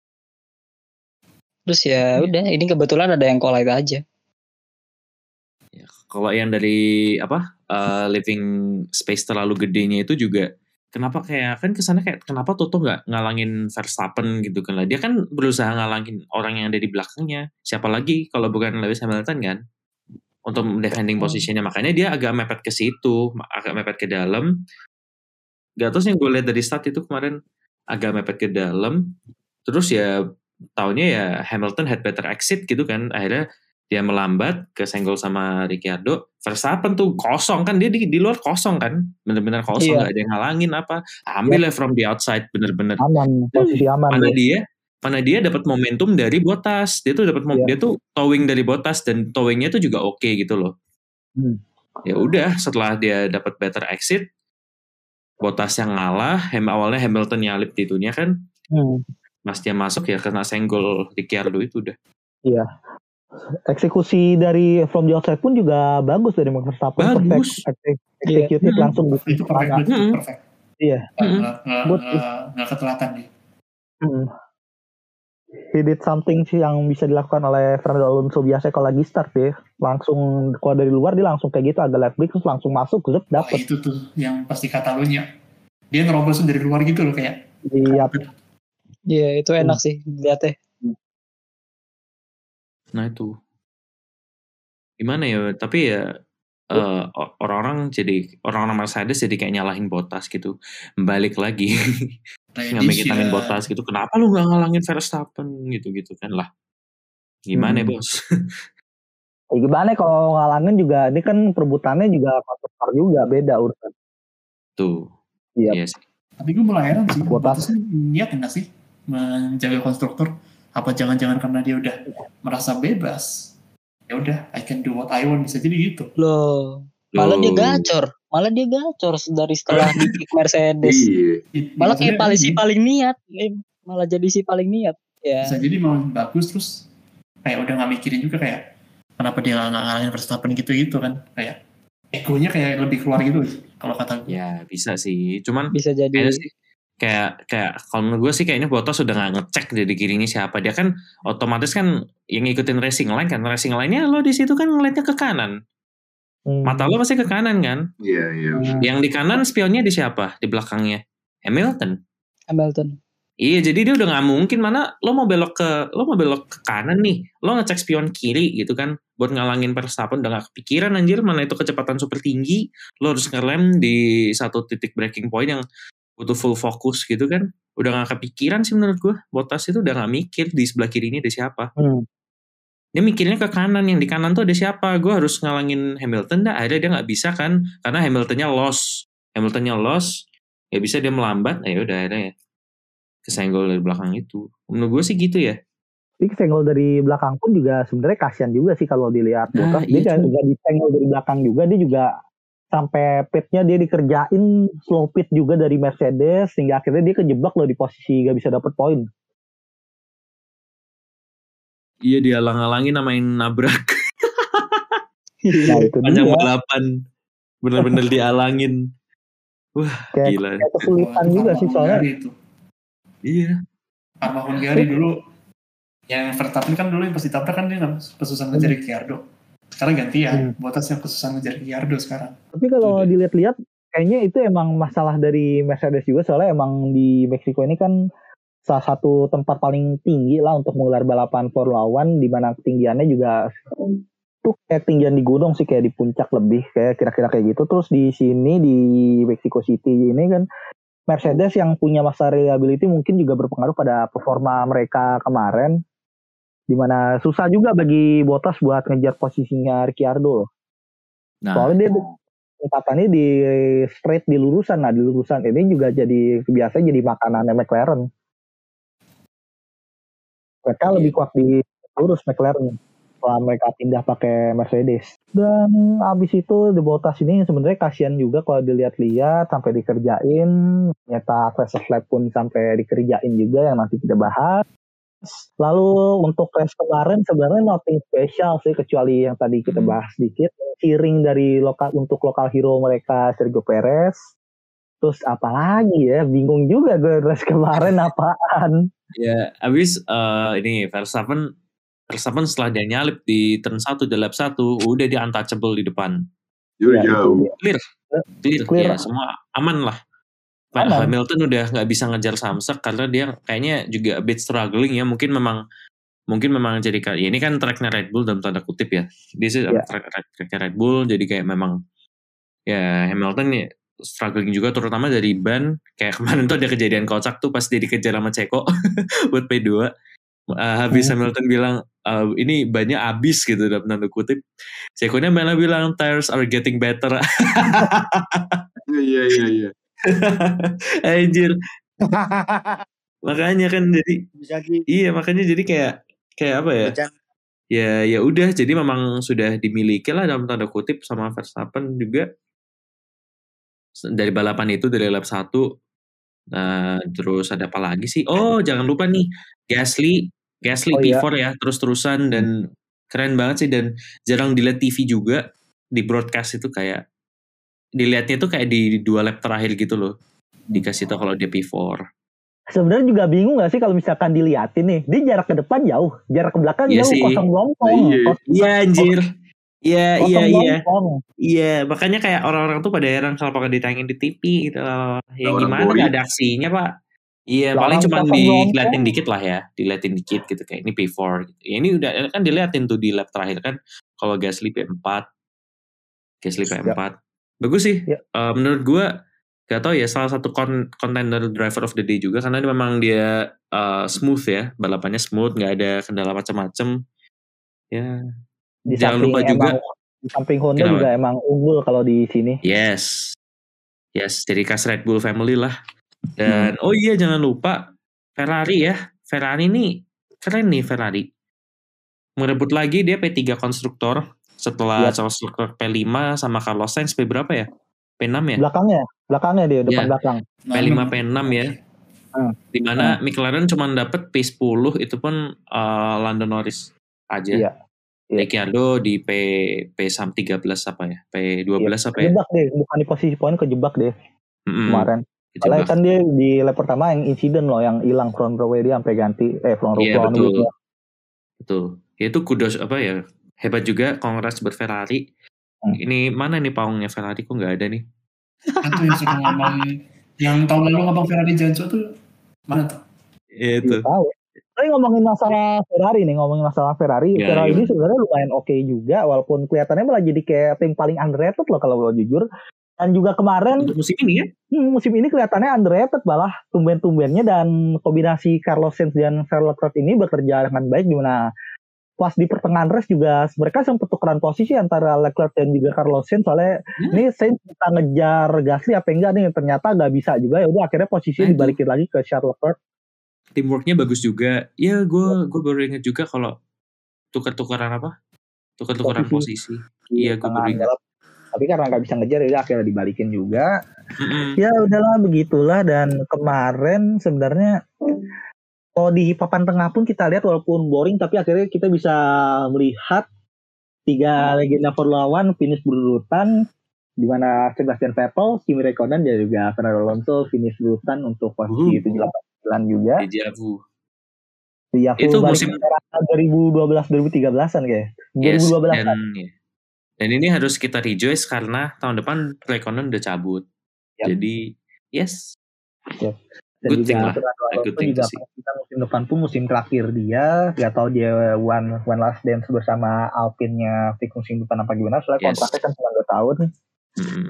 Terus ya udah, ini kebetulan ada yang collide aja. Ya, kalau yang dari apa uh, living space terlalu gedenya itu juga kenapa kayak kan kesannya kayak kenapa Toto nggak ngalangin Verstappen gitu kan lah, dia kan berusaha ngalangin orang yang ada di belakangnya, siapa lagi kalau bukan Lewis Hamilton kan untuk defending posisinya, makanya dia agak mepet ke situ, agak mepet ke dalam. Gak terus yang gue lihat dari start itu kemarin agak mepet ke dalam, terus ya taunya ya Hamilton had better exit gitu kan, akhirnya dia melambat, kesenggol sama Ricciardo. Verstappen tuh kosong kan, dia di, di luar kosong kan, bener-bener kosong, nggak iya. ada yang ngalangin apa, ambil ya. From the outside, bener-bener aman, posisi aman. Mana dia, mana dia dapat momentum dari Bottas, dia tuh dapat yeah. dia tuh towing dari Bottas dan towingnya tuh juga oke okay gitu loh. Hmm. Ya udah, setelah dia dapat better exit, Bottas yang ngalah, hem awalnya Hamilton nyalip di itunya kan, hmm. Mas dia masuk ya kena senggol Ricciardo itu udah. Iya. Eksekusi dari from the outside pun juga bagus dari Max Verstappen. Bagus. Executive yeah. langsung di itu perfect, hmm. perfect. Iya. Nggak ketelatan dia. Hmm. He did something sih yang bisa dilakukan oleh Fernando Alonso biasa kalau lagi start deh. Langsung kalau dari luar dia langsung kayak gitu agak left break terus langsung masuk terus dapat. Itu tuh yang pasti Catalunya. Dia nerobos dari luar gitu loh kayak. Iya. Iya itu enak hmm. sih lihatnya. Nah itu gimana ya, tapi ya uh, orang-orang jadi orang-orang Mercedes jadi kayak nyalahin Bottas gitu, balik lagi ngambil Bottas gitu, kenapa lu nggak ngalangin Verstappen gitu-gitu kan lah, gimana hmm. bos? Ya, gimana kalau ngalangin juga, ini kan perebutannya juga faktor juga beda urusan. Tuh, iya yes. Tapi gue mulai heran sih, Bottas niat nggak sih menjaga konstruktor? Apa jangan-jangan karena dia udah merasa bebas, ya udah I can do what I want, bisa jadi gitu loh. Malah Loh. dia gacor malah dia gacor dari setelah di pick Mercedes. Malah kayak paling si paling niat malah jadi si paling niat ya. Bisa jadi malah bagus, terus kayak udah gak mikirin juga kayak kenapa dia gak ngalahin Verstappen gitu-gitu kan, kayak egonya kayak lebih keluar gitu kalau kata gue. Ya bisa sih, cuman bisa jadi sih kayak kayak kalau menurut gue sih kayaknya Bottas sudah nggak ngecek dari kirinya siapa, dia kan otomatis kan yang ngikutin racing line kan, racing line-nya lo di situ kan ngeliatnya ke kanan, hmm. mata lo pasti ke kanan kan, iya iya. Yang di kanan spionnya di siapa, di belakangnya Hamilton. Hamilton. Iya, jadi dia udah nggak mungkin mana lo mau belok ke lo mau belok ke kanan nih, lo ngecek spion kiri gitu kan, buat ngalangin Verstappen udah nggak kepikiran anjir, mana itu kecepatan super tinggi, lo harus ngerem di satu titik breaking point yang butuh full fokus gitu kan, udah gak kepikiran sih menurut gue. Bottas itu udah gak mikir di sebelah kiri ini ada siapa. hmm. Dia mikirnya ke kanan, yang di kanan tuh ada siapa, gue harus ngalangin Hamilton dah. Akhirnya dia gak bisa kan, karena Hamiltonnya loss Hamiltonnya loss ya bisa dia melambat, ya udah akhirnya ya kesenggol dari belakang itu. Menurut gue sih gitu ya. Tapi kesenggol dari belakang pun juga sebenarnya kasihan juga sih kalau dilihat. Bottas nah, dia gak disenggol dari belakang juga, dia juga sampai pitnya dia dikerjain slow pit juga dari Mercedes sehingga akhirnya dia kejebak loh di posisi gak bisa dapet poin. Iya, dia alang-alangin namain nabrak. Nah, itu panjang balapan bener-bener dialangin. Wah kayak, gila. Kayak kesulitan oh, juga sih soalnya. Itu. Iya. Karma Hungary dulu yang Verstappen kan dulu yang pas ditabrak kan dia kesusahan ngejar Ricciardo. Sekarang gantian, hmm. Bottas yang kesusahan ngejar Ricciardo sekarang. Tapi kalau dilihat-lihat, kayaknya itu emang masalah dari Mercedes juga, soalnya emang di Meksiko ini kan salah satu tempat paling tinggi lah untuk menggelar balapan Formula One, di mana ketinggiannya juga tuh kayak tinggian di gunung sih, kayak di puncak lebih kayak kira-kira kayak gitu. Terus di sini di Mexico City ini kan Mercedes yang punya masa reliability mungkin juga berpengaruh pada performa mereka kemarin, dimana susah juga bagi Bottas buat ngejar posisinya Ricciardo. Nah, soalnya dia kecepatannya di straight di lurusan, nah di lurusan ini juga jadi biasa jadi makanannya McLaren. Mereka yeah. lebih kuat di lurus McLaren setelah mereka pindah pakai Mercedes. Dan abis itu di Bottas ini sebenarnya kasihan juga kalau dilihat-lihat sampai dikerjain, ternyata crash of lap pun sampai dikerjain juga yang nanti kita bahas. Lalu untuk race kemarin sebenarnya nothing special sih kecuali yang tadi kita bahas sedikit, cheering dari lokal untuk lokal hero mereka Sergio Perez. Terus apalagi ya, bingung juga gue race kemarin apaan. Ya, abis uh, ini Verstappen Verstappen setelah dia nyalip di turn satu di lap satu udah dia untouchable di depan. Yo Ya, yo. Clear. Clear. Clear. Ya, semua aman lah. Pak Aman. Hamilton udah nggak bisa ngejar Samsek karena dia kayaknya juga a bit struggling ya. Mungkin memang mungkin memang jadi ya ini kan tracknya Red Bull dalam tanda kutip ya. Dia sih Ya. track tracknya Red Bull jadi kayak memang ya Hamilton ya struggling juga terutama dari ban. Kayak kemarin tuh ada kejadian kocak tuh pas dia dikejar sama Ceko buat P dua. Uh, habis hmm. Hamilton bilang uh, ini bannya abis gitu dalam tanda kutip. Cekonya malah bilang tires are getting better. Iya iya iya. Anjir. Makanya kan jadi Bisa di... iya makanya jadi kayak kayak apa ya? Bisa. Ya ya udah jadi memang sudah dimiliki lah dalam tanda kutip sama Verstappen juga dari balapan itu dari lap satu. Nah, terus ada apa lagi sih? Oh, jangan lupa nih Gasly Gasly Oh, P iya. four ya terus-terusan dan keren banget sih dan jarang dilihat T V juga di broadcast itu kayak dilihatnya tuh kayak di dua lap terakhir gitu loh dikasih tau kalau dia P four. Sebenarnya juga bingung gak sih kalau misalkan diliatin nih, dia jarak ke depan jauh, jarak ke belakang Iya jauh, sih. kosong lompong. Iya. Iya anjir. Iya iya iya. Lompong. Iya makanya kayak orang-orang tuh pada heran kalau pakai ditayangin di T V gitu loh. Ya Orang gimana boy. gak ada aksinya pak? Iya Orang paling cuma kosong diliatin lompong. dikit lah ya, diliatin dikit gitu kayak ini P four gitu. Ya, ini udah kan diliatin tuh di lap terakhir kan kalau Gasly P four, Gasly P four. Bagus sih. Ya. Uh, menurut gue gak tau ya salah satu contender driver of the day juga karena memang dia uh, smooth ya balapannya smooth nggak ada kendala macam-macam ya. Di Jangan samping lupa juga emang, di samping Honda kenapa? juga emang unggul kalau di sini. Yes yes jadi khas Red Bull family lah dan hmm. oh iya jangan lupa Ferrari ya Ferrari nih keren nih Ferrari merebut lagi dia P tiga konstruktor setelah Yep. Charles Leclerc P five sama Carlos Sainz P berapa ya? P six ya? Belakangnya, belakangnya dia depan Ya. belakang. P five P six ya. Hmm. Dimana Hmm. McLaren cuma dapet P ten itu pun uh, Lando Norris aja. Iya. Iya. Ricciardo di P P thirteen apa ya? P twelve Iya. apa ya? Kejebak deh, bukan di posisi poin kejebak deh Mm-mm. kemarin. Soalnya kan dia di lap pertama yang insiden loh, yang hilang front row dia sampai ganti eh front row. Iya front betul. wheel-nya. Betul. Ya, itu kudos apa ya? Hebat juga, kongres buat Ferrari. Hmm. Ini mana nih paungnya Ferrari kok nggak ada nih? Itu yang suka ngomong yang tahun lalu ngomong Ferrari Janso tuh mana tuh? Ya, itu. Iya, tahu. Tapi ngomongin masalah Ferrari nih, ngomongin masalah Ferrari, Ya, Ferrari gimana? ini sebenarnya lumayan oke juga, walaupun kelihatannya malah jadi kayak tim paling underrated loh kalau lo jujur. Dan juga kemarin Untuk musim ini ya? hmm, musim ini kelihatannya underrated malah tumben-tumbennya dan kombinasi Carlos Sainz dan Charles Leclerc ini bekerja dengan baik di mana pas di pertengahan race juga mereka sempat tukeran posisi antara Leclerc dan juga Carlos Sainz soalnya Hmm. ini Sainz bisa ngejar Gasly apa enggak nih ternyata nggak bisa juga ya udah akhirnya posisinya Nah, itu. dibalikin lagi ke Charles Leclerc. Teamworknya bagus juga. Ya gue gue baru inget juga kalau tukar-tukaran apa? Tukar-tukaran posisi. Iya gue tengah baru inget. balap. Tapi karena nggak bisa ngejar ya akhirnya dibalikin juga. Mm-mm. Ya udahlah begitulah dan kemarin sebenarnya kalau di papan tengah pun kita lihat walaupun boring tapi akhirnya kita bisa melihat tiga legenda Formula One finish berurutan di mana Sebastian Vettel, Kimi Räikkönen dan juga Fernando Alonso finish berurutan untuk posisi Uh. tujuh delapan sembilan juga. Deja vu. Dia Itu full balik musim- ke era dua ribu dua belas dua ribu tiga belasan kayak. Yes, dua ribu dua belas dan ya. Dan ini harus kita rejoice karena tahun depan Räikkönen udah cabut. Yap. Jadi yes. Dan Good thing juga lah. Fernando A good Alonso thing juga to see. kita musim depan pun musim terakhir dia, gak tahu dia one one last dance bersama Alpine-nya fix musim depan apa gimana, soalnya Yes. kontraknya kan cuma dua tahun. Hmm.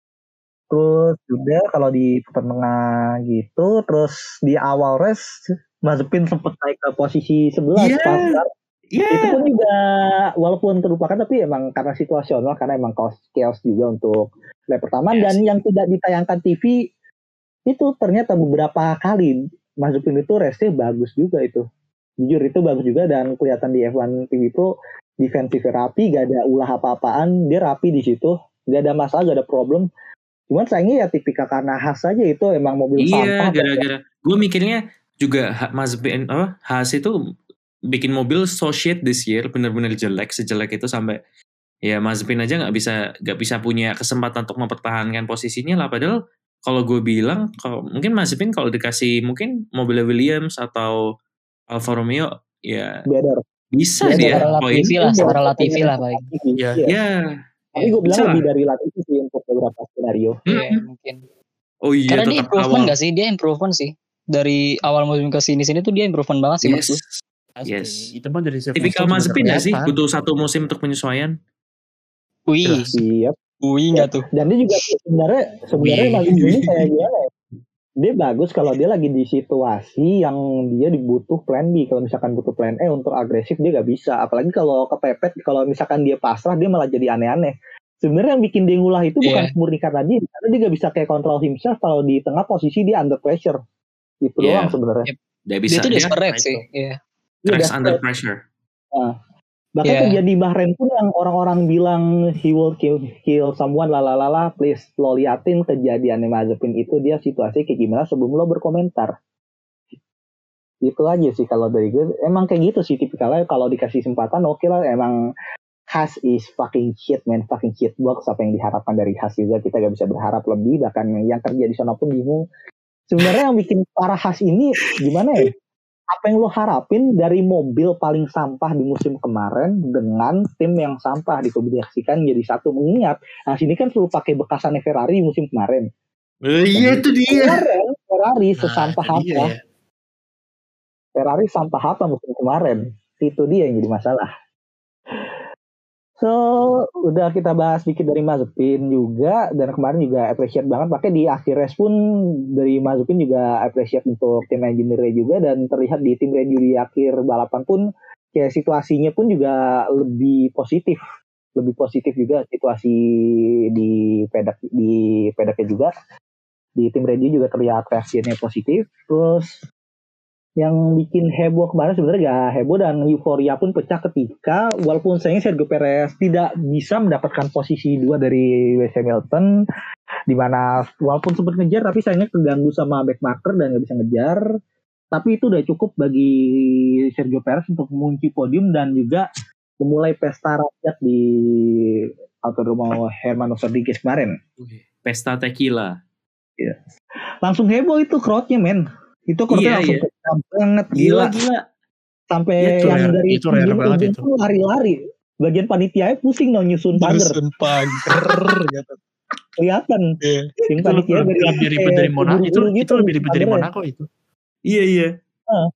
Terus juga kalau di tengah gitu, terus di awal race Mazepin sempat naik ke posisi sebelas Iya. pas start. Iya. Itu pun juga walaupun terlupakan tapi emang karena situasional, karena emang chaos, chaos juga untuk lap pertama. Yes. Dan yang tidak ditayangkan T V itu ternyata beberapa kali Mazepin itu race-nya bagus juga itu. Jujur itu bagus juga dan kelihatan di F one T V Pro defensive rapi, gak ada ulah apa-apaan, dia rapi di situ, gak ada masalah, gak ada problem. Cuman sayangnya ya tipikal karena Haas aja itu emang mobil Iya, sampah. gara-gara gue mikirnya juga Ha- Mazepin apa Haas itu bikin mobil so shit this year, benar-benar jelek, sejelek itu sampai ya Mazepin aja nggak bisa nggak bisa punya kesempatan untuk mempertahankan posisinya lah. Padahal kalau gue bilang kalau mungkin Mazepin kalau dikasih mungkin mobilnya Williams atau Alfa Romeo ya Better. bisa Better. dia Secara poin. Latifi lah, secara Latifi lah paling. Iya. Iya. Ya, Tapi gue bilang bisa lebih lah. dari Latifi sih untuk beberapa skenario. Iya, Hmm. mungkin. Oh iya, Karena dia tetap improvement awal. gak sih? Dia improvement sih. Dari awal musim ke sini-sini tuh dia improvement banget sih Yes, menurut gue. Pasti. yes. Itu mah dari save Tipikal motion juga Mazepin nggak sih? kelihatan. Butuh satu musim untuk penyesuaian. Wih, Jelas. Iya. wih nggak tuh? Dan dia juga sebenarnya sebenarnya Wih. Mazepin ini kayak gimana ya? Dia bagus kalau dia lagi di situasi yang dia dibutuh plan B. Kalau misalkan butuh plan E untuk agresif dia gak bisa. Apalagi kalau kepepet, kalau misalkan dia pasrah dia malah jadi aneh-aneh. Sebenarnya yang bikin dia ngulah itu bukan Iya. murni karena dia, karena dia gak bisa kayak control himself kalau di tengah posisi dia under pressure. Itu Iya. doang sebenarnya. Yep. Dia Dia bisa tuh dia desperate Nah, sih. itu. Iya. Dia cracks desperate. under pressure. Bahkan Iya. terjadi di Bahrain pun yang orang-orang bilang he will kill, kill someone lalalala, please lo liatin kejadian Mazepin itu dia situasi kayak gimana sebelum lo berkomentar. Itu aja sih kalau dari gue. Emang kayak gitu sih tipikalnya kalau dikasih kesempatan oke lah. Emang Haas is fucking shit man, fucking shit box. Apa yang diharapkan dari Haas juga kita gak bisa berharap lebih. Bahkan yang kerja di sana pun bingung. Sebenarnya yang bikin para Haas ini gimana ya? Apa yang lo harapin dari mobil paling sampah di musim kemarin dengan tim yang sampah dikombinasikan jadi satu, mengingat nah sini kan selalu pakai bekasannya Ferrari musim kemarin. Iya itu dia. Kemarin Ferrari Nah, sesampah itu dia apa? ya. Ferrari sampah apa musim kemarin? Itu dia yang jadi masalah. So udah kita bahas dikit dari Mazepin juga, dan kemarin juga appreciate banget. Makanya di akhir race pun dari Mazepin juga appreciate untuk tim engineer juga, dan terlihat di tim review di akhir balapan pun kayak situasinya pun juga lebih positif, lebih positif juga situasi di pedak di pedaknya juga. Di tim review juga terlihat reaksinya positif. Terus yang bikin heboh kemarin sebenarnya gak heboh dan euforia pun pecah ketika walaupun sayangnya Sergio Perez tidak bisa mendapatkan posisi dua dari Lewis Hamilton, di mana walaupun sempat ngejar tapi sayangnya terganggu sama backmarker dan gak bisa ngejar. Tapi itu udah cukup bagi Sergio Perez untuk mengunci podium dan juga memulai pesta rakyat di Autodromo Hermanos Rodriguez kemarin. Pesta tequila. Langsung heboh itu crowdnya men. Itu Iya, crowdnya langsung iya. pecah banget, Gila gila. gila. Sampai Itu yang rare- dari itu rare banget ujung itu. tuh lari-lari. Bagian panitianya pusing dong nyusun pagar. Nyusun pagar gitu. Kelihatan. Iya. Tim Itu panitia lebih, dari lebih ribet kayak dari Monaco. Itu buru-buru itu gitu, lebih ribet dari pagarnya. Monaco itu. Iya iya. Ah.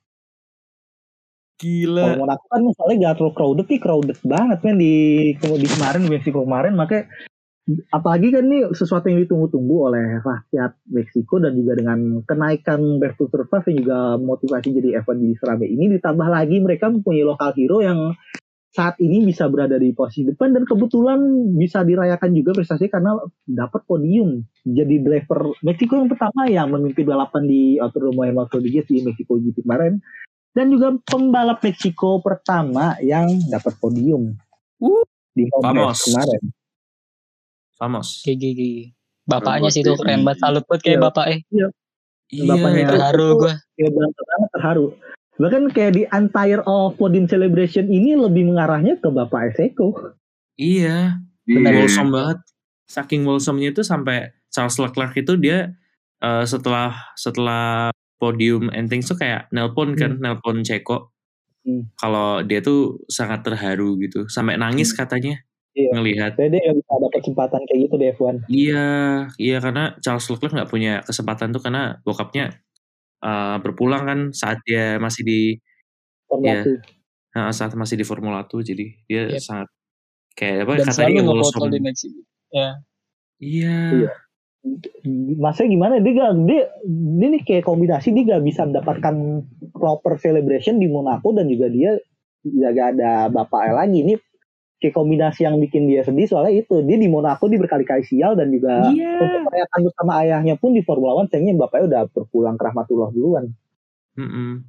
Gila. Kalau Monaco kan misalnya gak terlalu crowded nih, crowded banget kan di di kemarin di Meksiko kemarin, makanya apalagi kan ini sesuatu yang ditunggu-tunggu oleh rakyat Meksiko dan juga dengan kenaikan Back to Survive yang juga motivasi jadi F satu di Surabaya ini, ditambah lagi mereka mempunyai lokal hero yang saat ini bisa berada di posisi depan dan kebetulan bisa dirayakan juga prestasi karena dapat podium jadi driver Meksiko yang pertama yang memimpin balapan di Autodromo Hermanos Rodriguez di Meksiko G P kemarin, dan juga pembalap Meksiko pertama yang dapat podium Uh, di home vamos. race kemarin. Famos. G G G. Bapaknya sih tuh keren banget, salut banget kayak Iya. bapaknya. Iya. Bapaknya itu. Terharu itu gue. kayak banget banget terharu. Bahkan kayak di entire of podium celebration ini lebih mengarahnya ke Bapak Eseko. Iya. Iya. Wholesome banget. Saking wholesome-nya itu sampai Charles Leclerc itu dia uh, setelah setelah podium and things tuh kayak nelpon kan, nelpon Ceko. Hmm. Kalau dia tuh sangat terharu gitu, sampai nangis katanya Iya. ngelihat. Saya dia nggak bisa dapat kesempatan kayak gitu di F satu. Iya, iya karena Charles Leclerc nggak punya kesempatan tuh karena bokapnya uh, berpulang kan saat dia masih di Formula ya uh, saat masih di Formula satu, jadi dia Yep. sangat kayak apa Dan kata selalu dia ngefoto wholesome. di Meksiko. Ya. Iya. Iya. Maksudnya gimana, dia gak, dia, dia nih kayak kombinasi, dia gak bisa mendapatkan proper celebration di Monaco, dan juga dia gak ada bapaknya lagi. Ini kayak kombinasi yang bikin dia sedih, soalnya itu dia di Monaco dia berkali-kali sial, dan juga Iya. untuk merayakan bersama ayahnya pun di Formula One sayangnya bapaknya udah berpulang ke rahmatullah duluan. Mm-mm.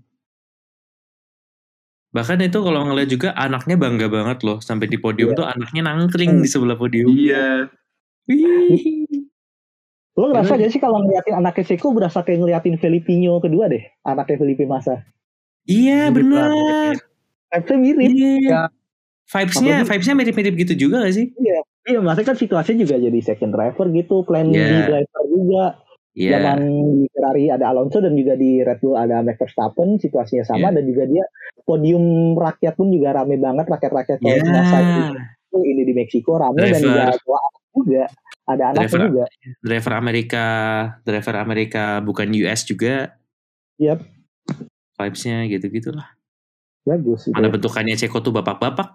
Bahkan itu kalau ngeliat juga anaknya bangga banget loh, sampai di podium Iya. tuh anaknya nangkring di sebelah podium. Iya. Wih. Lo ngerasa gak sih kalau ngeliatin anaknya Checo berasa kayak ngeliatin Filipino kedua deh, anaknya Felipe Massa? Iya benar. Vibesnya mirip. Iya. Vibesnya, vibesnya mirip-mirip gitu juga gak sih? Iya, iya, maksudnya kan situasinya juga jadi second driver gitu, plan Iya. B driver juga. Iya. Zaman di Ferrari ada Alonso, dan juga di Red Bull ada Max Verstappen, situasinya sama. Iya. Dan juga dia podium rakyat pun juga rame banget, rakyat-rakyat Iya. kalau semasa ini di Meksiko rame. Dan juga Driver. tua anak juga, ada anaknya Driver, juga. driver Amerika, driver Amerika bukan U S juga. Yap, Vibesnya gitu-gitulah. bagus. Mana Gitu. bentukannya Ceko tuh bapak-bapak.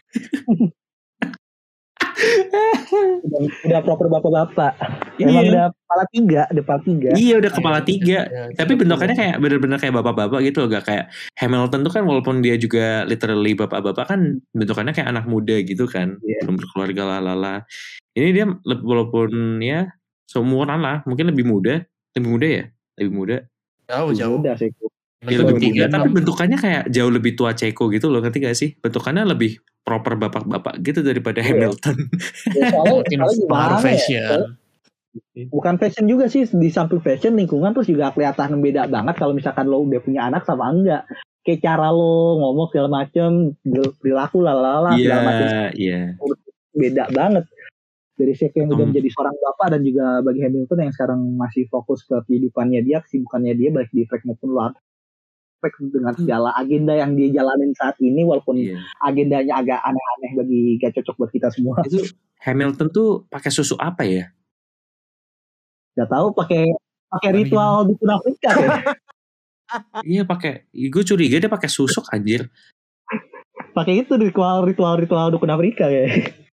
Udah, udah proper bapak-bapak. Iya. Emang udah kepala tiga, udah kepala tiga. Iya udah kepala tiga. Ya, Tapi bentukannya kayak bener-bener kayak bapak-bapak gitu loh. Gak kayak Hamilton tuh kan walaupun dia juga literally bapak-bapak kan bentukannya kayak anak muda gitu kan. Iya. Belum berkeluarga lalala. Ini dia le- walaupun ya seumuran lah. Mungkin lebih muda. Lebih muda ya? Lebih muda. Jauh jauh. Udah sih. Ya Betul, lebih tiga. betul. Tapi bentukannya kayak jauh lebih tua Ceko gitu loh. Ngerti gak sih? Bentukannya lebih proper bapak-bapak gitu daripada Iya. Hamilton. Ya, soalnya, Mungkin soalnya gimana pengaruh ya? fashion. Bukan fashion juga sih, di samping fashion, lingkungan terus juga kelihatan beda banget kalau misalkan lo udah punya anak sama enggak. Kayak cara lo ngomong segala macem, perilaku lalala segala macem, Iya, iya. beda banget. Dari Checo yang udah Hmm. menjadi seorang bapak, dan juga bagi Hamilton yang sekarang masih fokus ke kehidupannya dia, kesibukannya dia baik di track maupun luar track, dengan segala agenda yang dia jalanin saat ini, walaupun Iya. agendanya agak aneh-aneh bagi gak cocok buat kita semua. Itu Hamilton tuh pakai susu apa ya? Gak tahu pakai pakai ritual di Afrika ya. Iya pakai. Gue curiga dia pakai susuk anjir. Pakai itu ritual ritual ritual dukun Afrika ya.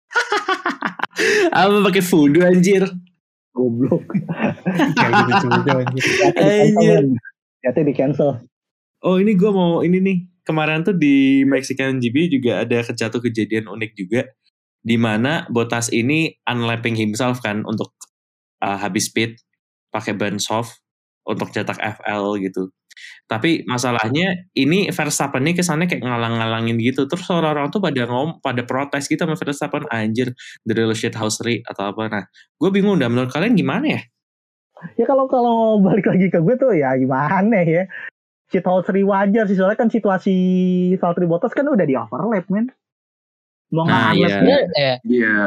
Apa pakai voodoo anjir? Goblok. Kayak gitu juga anjir. Anjir. Jatuh di cancel. Oh ini gue mau ini nih. Kemarin tuh di Mexican G P juga ada jatuh kejadian unik juga. Di mana Bottas ini unlapping himself kan untuk uh, habis speed pakai ban soft untuk cetak F L gitu. Tapi masalahnya ini Verstappen ini kesannya kayak ngalang-ngalangin gitu. Terus orang-orang tuh pada ngom, pada protes gitu sama Verstappen, anjir, the real shithousery atau apa. Nah, gue bingung dah, menurut kalian gimana ya? Ya kalau kalau balik lagi ke gue tuh ya gimana ya? Shithousery wajar sih, soalnya kan situasi Valtteri Bottas kan udah di overlap men. Mau Nah, nge-unlap iya. pun, Ya, Iya.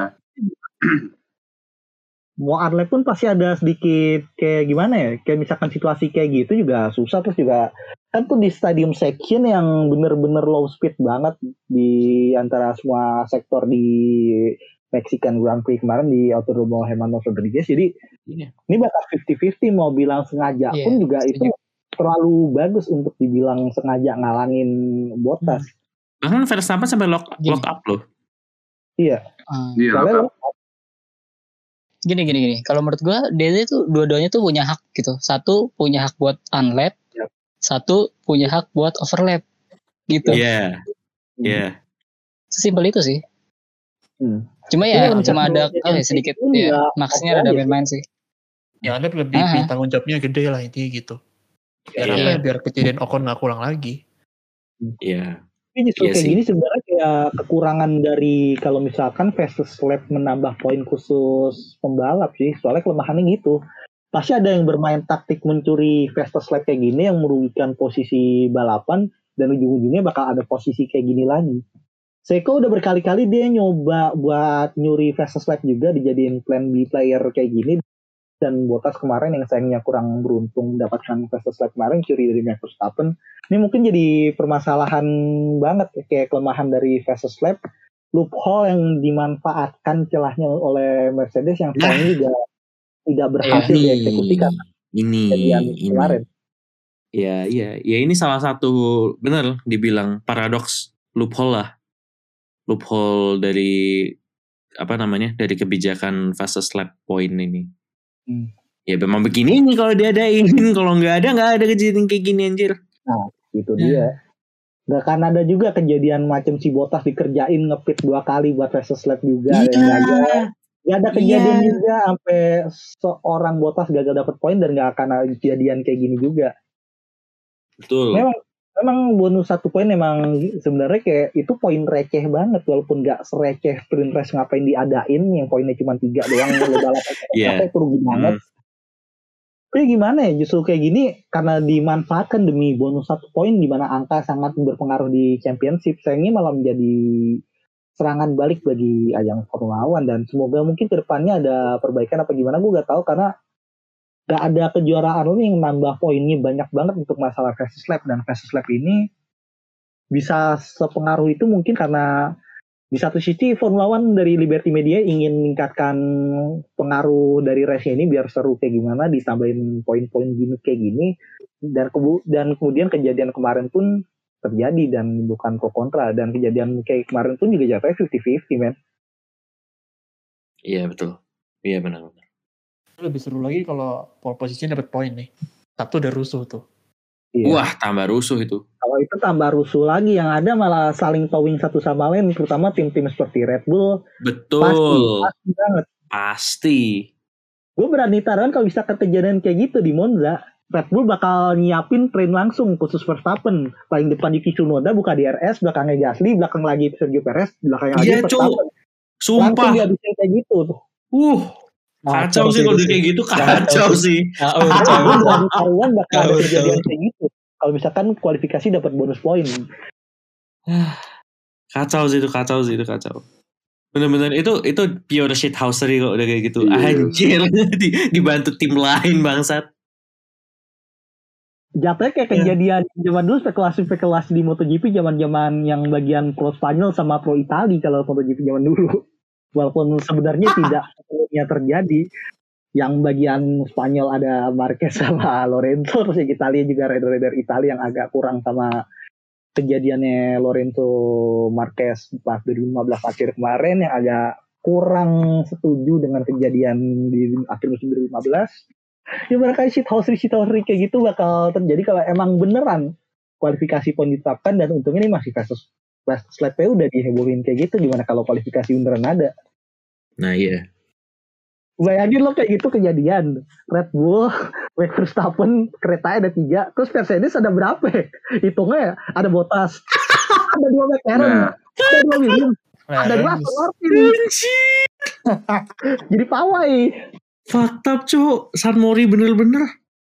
mau unlap pun pasti ada sedikit kayak gimana ya? Kayak misalkan situasi kayak gitu juga susah. Terus juga kan tuh di stadium section yang bener-bener low speed banget di antara semua sektor di Mexican Grand Prix kemarin di Autodromo Hermanos Rodriguez. Jadi Iya. ini bakal fifty fifty, mau bilang sengaja Iya, pun juga setuju. itu terlalu bagus untuk dibilang sengaja ngalangin Bottas. Bahkan Verstappen sampai lock, Gini. lock up loh. Iya. Hmm. Iya. Soalnya apa? Gini gini gini. Kalau menurut gua D D tuh dua-duanya tuh punya hak gitu. Satu punya hak buat unlap, Yap. satu punya hak buat overlap. Gitu. Iya. Iya. Sesimpel itu sih. Hmm. Cuma Ini ya kalau cuma misalkan ada lo oh, ya, jadi sedikit pun ya. nggak Maksudnya apa ada aja main-main sih. Ya Anda lebih Aha. tanggung jawabnya gede lah intinya gitu. Biar Iya. apa ya? Biar kejadian Ocon nggak ulang lagi. Iya. Tapi justru Iya kayak sih. gini sebenarnya kayak kekurangan dari kalau misalkan fastest lap menambah poin khusus pembalap sih. Soalnya kelemahannya gitu. Pasti ada yang bermain taktik mencuri fastest lap kayak gini yang merugikan posisi balapan, dan ujung-ujungnya bakal ada posisi kayak gini lagi. Checo udah berkali-kali dia nyoba buat nyuri fastest lap juga, dijadiin plan B player kayak gini. Dan Bottas kemarin yang sayangnya kurang beruntung mendapatkan fastest lap kemarin, curi dari Max Verstappen. Ini mungkin jadi permasalahan banget ya, kayak kelemahan dari fastest lap, loophole yang dimanfaatkan celahnya oleh Mercedes yang sayangnya juga tidak berhasil Iya. dieksekusikan Ini, kejadian ini. kemarin. Ya, iya, ya ini salah satu benar dibilang paradoks loophole lah, loophole dari apa namanya dari kebijakan fastest lap point ini. Hmm. Ya memang begini nih kalau diadain, kalau nggak ada nggak ada kejadian kayak gini anjir. Nah, itu dia. Nggak kan ada juga kejadian macam si Bottas dikerjain ngepit dua kali buat fastest lap juga. Iya. Nggak ada, nggak ada kejadian Iya. juga sampai seorang Bottas gagal dapat poin dan nggak akan ada kejadian kayak gini juga. Betul. Memang memang bonus satu poin memang sebenarnya kayak itu poin receh banget walaupun nggak sereceh sprint race ngapain diadain yang poinnya cuma tiga doang lo balapan Iya. sampai rugi banget. Hmm. Tapi gimana ya justru kayak gini karena dimanfaatkan demi bonus satu poin di mana angka sangat berpengaruh di championship sayangnya malah menjadi serangan balik bagi ajang Formula One dan semoga mungkin kedepannya ada perbaikan apa gimana gue gak tahu karena gak ada kejuaraan ini yang nambah poinnya banyak banget untuk masalah fastest lap dan fastest lap ini bisa sepengaruh itu mungkin karena di satu sisi Formula One dari Liberty Media ingin meningkatkan pengaruh dari race ini biar seru kayak gimana ditambahin poin-poin gini kayak gini dan kebu- dan kemudian kejadian kemarin pun terjadi dan bukan pro kontra dan kejadian kayak kemarin pun juga jatuhnya fifty fifty men. Iya betul. Iya benar-benar. Lebih seru lagi kalau pole position dapat poin nih. Sabtu udah rusuh tuh. Iya. Wah tambah rusuh itu. Kalau itu tambah rusuh lagi yang ada malah saling towing satu sama lain terutama tim-tim seperti Red Bull. Betul. Pasti, pasti banget. Pasti. Gue berani taruhan kalau bisa kejadian kayak gitu di Monza, Red Bull bakal nyiapin train langsung khusus Verstappen. Paling depan Yuki Tsunoda buka D R S, belakangnya Gasly, belakang lagi Sergio Perez, belakangnya lagi Iya Verstappen. cuk. Sumpah. Langsung dihabisin kayak gitu tuh. Uh. Kacau sih kalau kayak gitu, kacau sih. Kacau, Gue kacau. berani taruhan bakal ada Kacau. kejadian kayak gitu. Kalau misalkan kualifikasi dapat bonus poin. Kacau sih itu, kacau sih itu, kacau. Bener-bener itu itu pure shithousery kok udah kayak gitu. Iya. Anjir, di, dibantu tim lain bangsat. Jatuhnya kayak kejadian zaman dulu spekulasi-spekulasi di MotoGP zaman-zaman yang bagian pro Spanyol sama pro Itali kalau MotoGP zaman dulu. Walaupun sebenarnya tidak sepenuhnya terjadi. Yang bagian Spanyol ada Marquez sama Lorenzo, terus yang Italia juga rider-rider Italia yang agak kurang sama kejadiannya Lorenzo Marquez pas dua ribu lima belas akhir kemarin yang agak kurang setuju dengan kejadian di akhir musim dua ribu lima belas. Ya barangkali shithousery-shithousery kayak gitu bakal terjadi kalau emang beneran kualifikasi pun ditetapkan dan untungnya ini masih versus fast lap udah dihebohin kayak gitu gimana kalau kualifikasi beneran ada. Nah iya. Bayangin lo kayak gitu kejadian Red Bull, Max Verstappen, keretanya ada tiga, terus Mercedes ada berapa ya? Hitungnya ya, ada Bottas, ada dua McLaren, Nah. ada dua Williams, ada dua Aston Martin. Jadi pawai. Fucked up cu, San Mori bener-bener.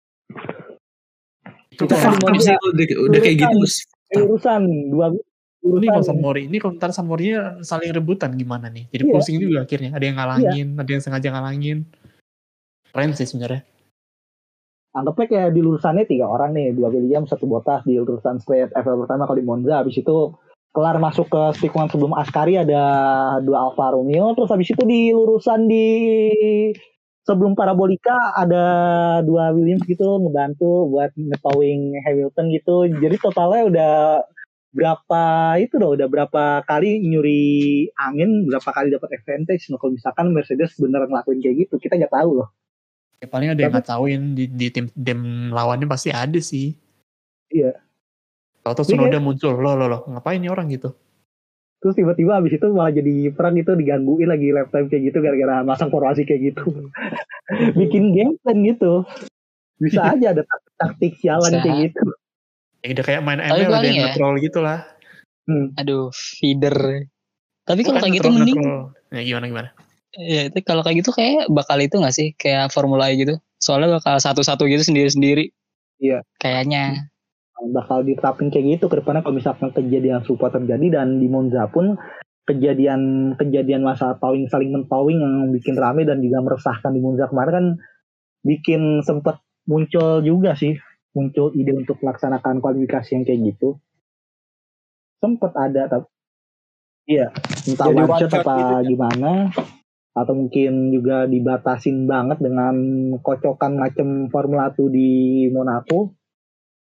Itu Kita kalau kan Fucked up sih udah, udah kayak gitu. Urusan dua ini kalau urusan. San Mori, ini kalau ntar San Morinya saling rebutan gimana nih? Jadi Iya. pusing juga akhirnya. Ada yang ngalangin, ada yang sengaja ngalangin. Keren sih sebenarnya. Anggapnya kayak di lurusannya tiga orang nih, dua Williams, satu Bottas di urusan straight F satu pertama kalau di Monza, habis itu kelar masuk ke tikungan sebelum Ascari ada dua Alfa Romeo, terus habis itu di lurusan di sebelum Parabolika ada dua Williams gitu ngebantu buat nge-towing Hamilton gitu. Jadi totalnya udah berapa itu loh, udah berapa kali nyuri angin, berapa kali dapat advantage. Nah, kalau misalkan Mercedes beneran ngelakuin kayak gitu, kita nggak tahu loh. Ya, paling ada yang ngacauin di, di tim dem lawannya pasti ada sih. Iya. Atau Iya. Tsunoda muncul, loh loh loh, ngapain nih orang gitu? Terus tiba-tiba abis itu malah jadi perang gitu, digangguin lagi lap time kayak gitu gara-gara masang formasi kayak gitu. Bikin game plan gitu. Bisa aja ada taktik sialan Bisa. kayak gitu. Ya udah kayak main Tapi M L ada paling yang ya. nge-troll gitu lah. Hmm. Aduh, feeder. Tapi kalau Bukan kayak gitu nge-troll, mending, nge-troll. Ya gimana gimana? ya itu kalau kayak gitu kayak bakal itu nggak sih, kayak Formula E gitu. Soalnya bakal satu-satu gitu sendiri-sendiri. Iya. Kayaknya. Bakal diterapin kayak gitu ke depannya kalau misalkan kejadian serupa terjadi. Dan di Monza pun kejadian kejadian masa towing saling mentowing yang bikin rame dan juga meresahkan di Monza kemarin kan bikin sempet muncul juga sih muncul ide untuk melaksanakan kualifikasi yang kayak gitu. Sempet ada tapi iya entah Jadi one shot one shot apa gitu ya. gimana atau mungkin juga dibatasin banget dengan kocokan macam Formula satu di Monaco.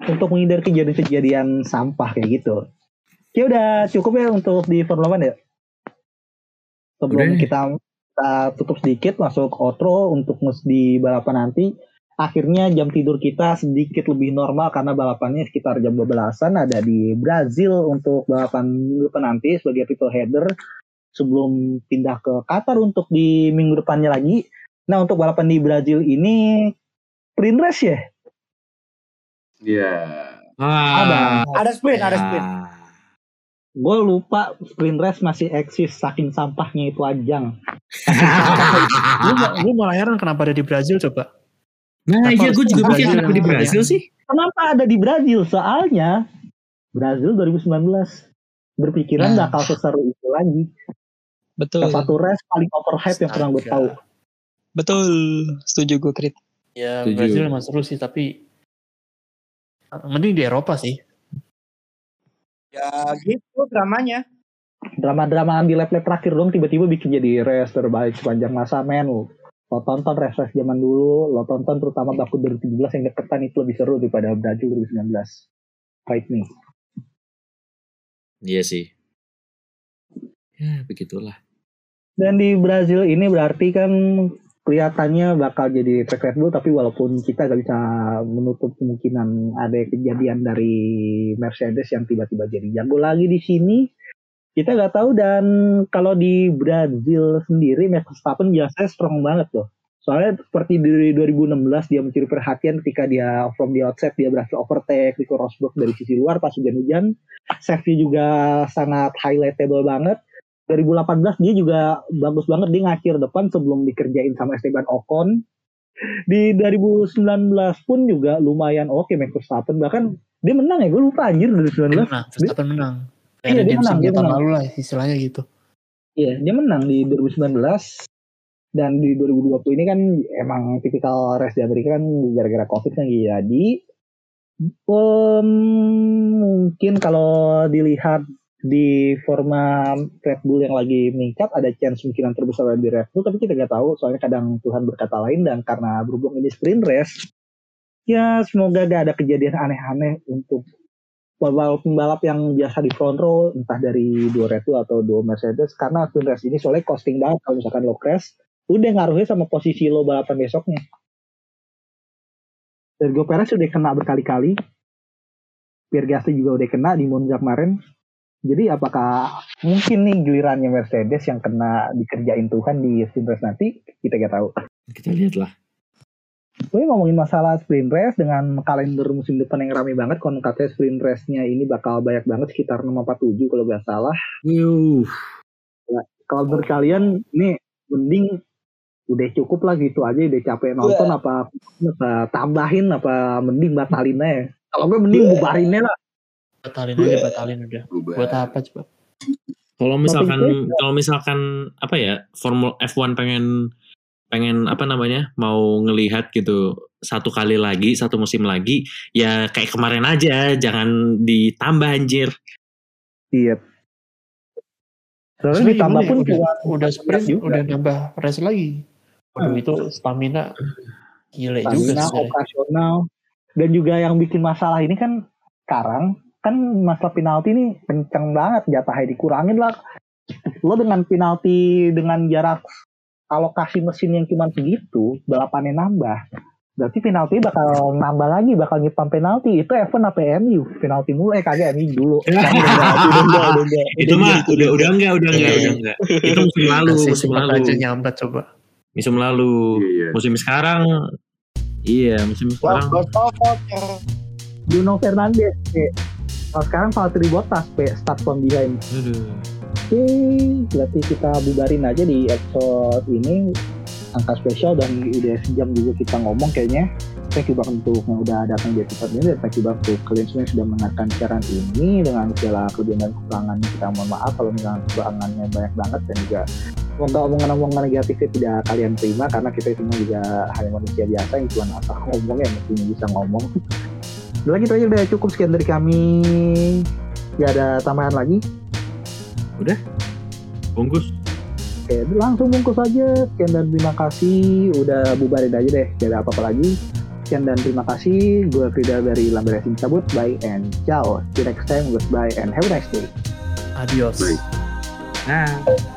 untuk menghindari kejadian-kejadian sampah kayak gitu. Ya udah cukup ya untuk di Formula One ya. Sebelum Udah. kita, kita tutup sedikit masuk outro untuk di balapan nanti. Akhirnya jam tidur kita sedikit lebih normal karena balapannya sekitar jam dua belasan ada di Brazil untuk balapan depan nanti sebagai triple header sebelum pindah ke Qatar untuk di minggu depannya lagi. Nah untuk balapan di Brazil ini sprint race ya? Iya. Ah, Ada sprint, ada sprint. Gue lupa sprint race masih eksis saking sampahnya itu ajang. Gue malah heran kenapa ada di Brazil coba. Nah Kenapa iya harus gue juga di mikir Brazil kenapa di yang Brazil pilihan? sih. Kenapa ada di Brazil? Soalnya Brazil dua ribu sembilan belas berpikiran Nah. bakal seseru itu lagi. Betul. Salah satu race paling overhype yang pernah gue Astaga. tahu. Betul. Setuju gue, Krit. Ya Setuju. Brazil emang seru sih tapi mending di Eropa sih. Ya gitu dramanya. Drama-drama di lap-lap terakhir dong tiba-tiba bikin jadi race terbaik sepanjang masa men. Lo lo tonton race-race zaman dulu, lo tonton terutama Baku dua ribu tujuh belas yang deketan itu lebih seru daripada Brazil dua ribu sembilan belas. Fight me. Iya sih. Ya begitulah. Dan di Brazil ini berarti kan kelihatannya bakal jadi track Red Bull, tapi walaupun kita gak bisa menutup kemungkinan ada kejadian dari Mercedes yang tiba-tiba jadi jago lagi di sini, kita gak tahu. Dan kalau di Brazil sendiri Max Verstappen biasanya strong banget loh. Soalnya seperti di dua ribu enam belas dia mencuri perhatian ketika dia from the outside dia berhasil overtake Nico Rosberg dari sisi luar pas hujan-hujan. Safety juga sangat highlightable banget. dua ribu delapan belas dia juga bagus banget, dia ngacir depan sebelum dikerjain sama Esteban Ocon. Di dua ribu sembilan belas pun juga lumayan oke Max Verstappen, bahkan dia menang ya, gue lupa anjir dua ribu sembilan belas. Menang, Verstappen menang. Iya, Kayak dia redemption menang, dia tahun menang. lalu lah istilahnya gitu. Iya, dia menang di dua ribu sembilan belas. Dan di dua ribu dua puluh ini kan emang tipikal race di Amerika kan gara-gara Covid kan jadi. Um, mungkin kalau dilihat di forma Red Bull yang lagi meningkat ada chance kemungkinan terbesar di Red Bull, tapi kita nggak tahu soalnya kadang Tuhan berkata lain. Dan karena berhubung ini sprint race, ya semoga gak ada kejadian aneh-aneh untuk pembalap-pembalap yang biasa di front row, entah dari dua Red Bull atau dua Mercedes, karena sprint race ini soalnya costing banget. Kalau misalkan lo crash udah ngaruhnya sama posisi lo balapan besoknya. Sergio Perez udah kena berkali-kali, Pierre Gasly juga udah kena di Monza kemarin. Jadi apakah mungkin nih gilirannya Mercedes yang kena dikerjain Tuhan di sprint race nanti? Kita gak tahu. Kita lihat lah. Gue ngomongin masalah sprint race dengan kalender musim depan yang rame banget. Konon katanya sprint race-nya ini bakal banyak banget, sekitar enam empat tujuh kalau gak salah. Yuh. Nah, kalau menurut kalian ini mending udah cukup lah gitu aja, udah capek nonton, apa, apa tambahin, apa mending batalin aja? Kalau gue mending bubarinnya lah. Batalin aja, batalin udah. Buat apa coba? Kalau misalkan Tapi- kalau misalkan apa ya, Formula F satu pengen pengen apa namanya, mau ngelihat gitu satu kali lagi, satu musim lagi, ya kayak kemarin aja, jangan ditambah anjir. Iya. Soalnya Soalnya ditambah gimana pun ya, udah, cuma udah sprint, juga. udah nambah race lagi. Waduh, itu stamina gile juga Stamina, sebenarnya. operasional. Dan juga yang bikin masalah ini kan sekarang kan masalah penalti ini kenceng banget, jatahnya dikurangin lah. Lo dengan penalti dengan jarak alokasi mesin yang cuma segitu, balapannya nambah. Berarti penalti bakal nambah lagi, bakal nyipam penalti. Itu Evan apa M U? Penalti mulu, eh kagak M U dulu. Itu mah udah udah enggak, udah enggak, udah enggak. Itu musim lalu, Masih musim sempat lalu. aja nyambat coba. Musim lalu. Iya. Musim sekarang iya, musim sekarang. Bruno Fernandes, P. Kalau sekarang Valtteri Bottas, P. Start from behind. Aduh. Oke, berarti kita bubarin aja di episode ini, angka spesial, dan udah sejam juga kita ngomong kayaknya. Thank you banget untuk yang udah datang di episode ini, dan thank you banget untuk kalian semua yang sudah mendengarkan siaran ini dengan segala kelebihan dan kekurangannya. Kita mohon maaf kalau misalnya kekurangannya banyak banget, dan juga semoga omongan-omongan negatifnya tidak kalian terima, karena kita semua juga hanya manusia biasa yang cuma asal ngomong ya, mestinya bisa ngomong. Udah gitu aja, udah cukup sekian dari kami. Gak ada tambahan lagi. Bungkus. Oke, langsung bungkus aja. Sekian dan terima kasih. Udah bubarin aja deh. Gak ada apa-apa lagi. Sekian dan terima kasih. Gue Frida dari Lambe Racing cabut. Bye and ciao. See you next time. Goodbye and have a nice day. Adios. Baik. Nah.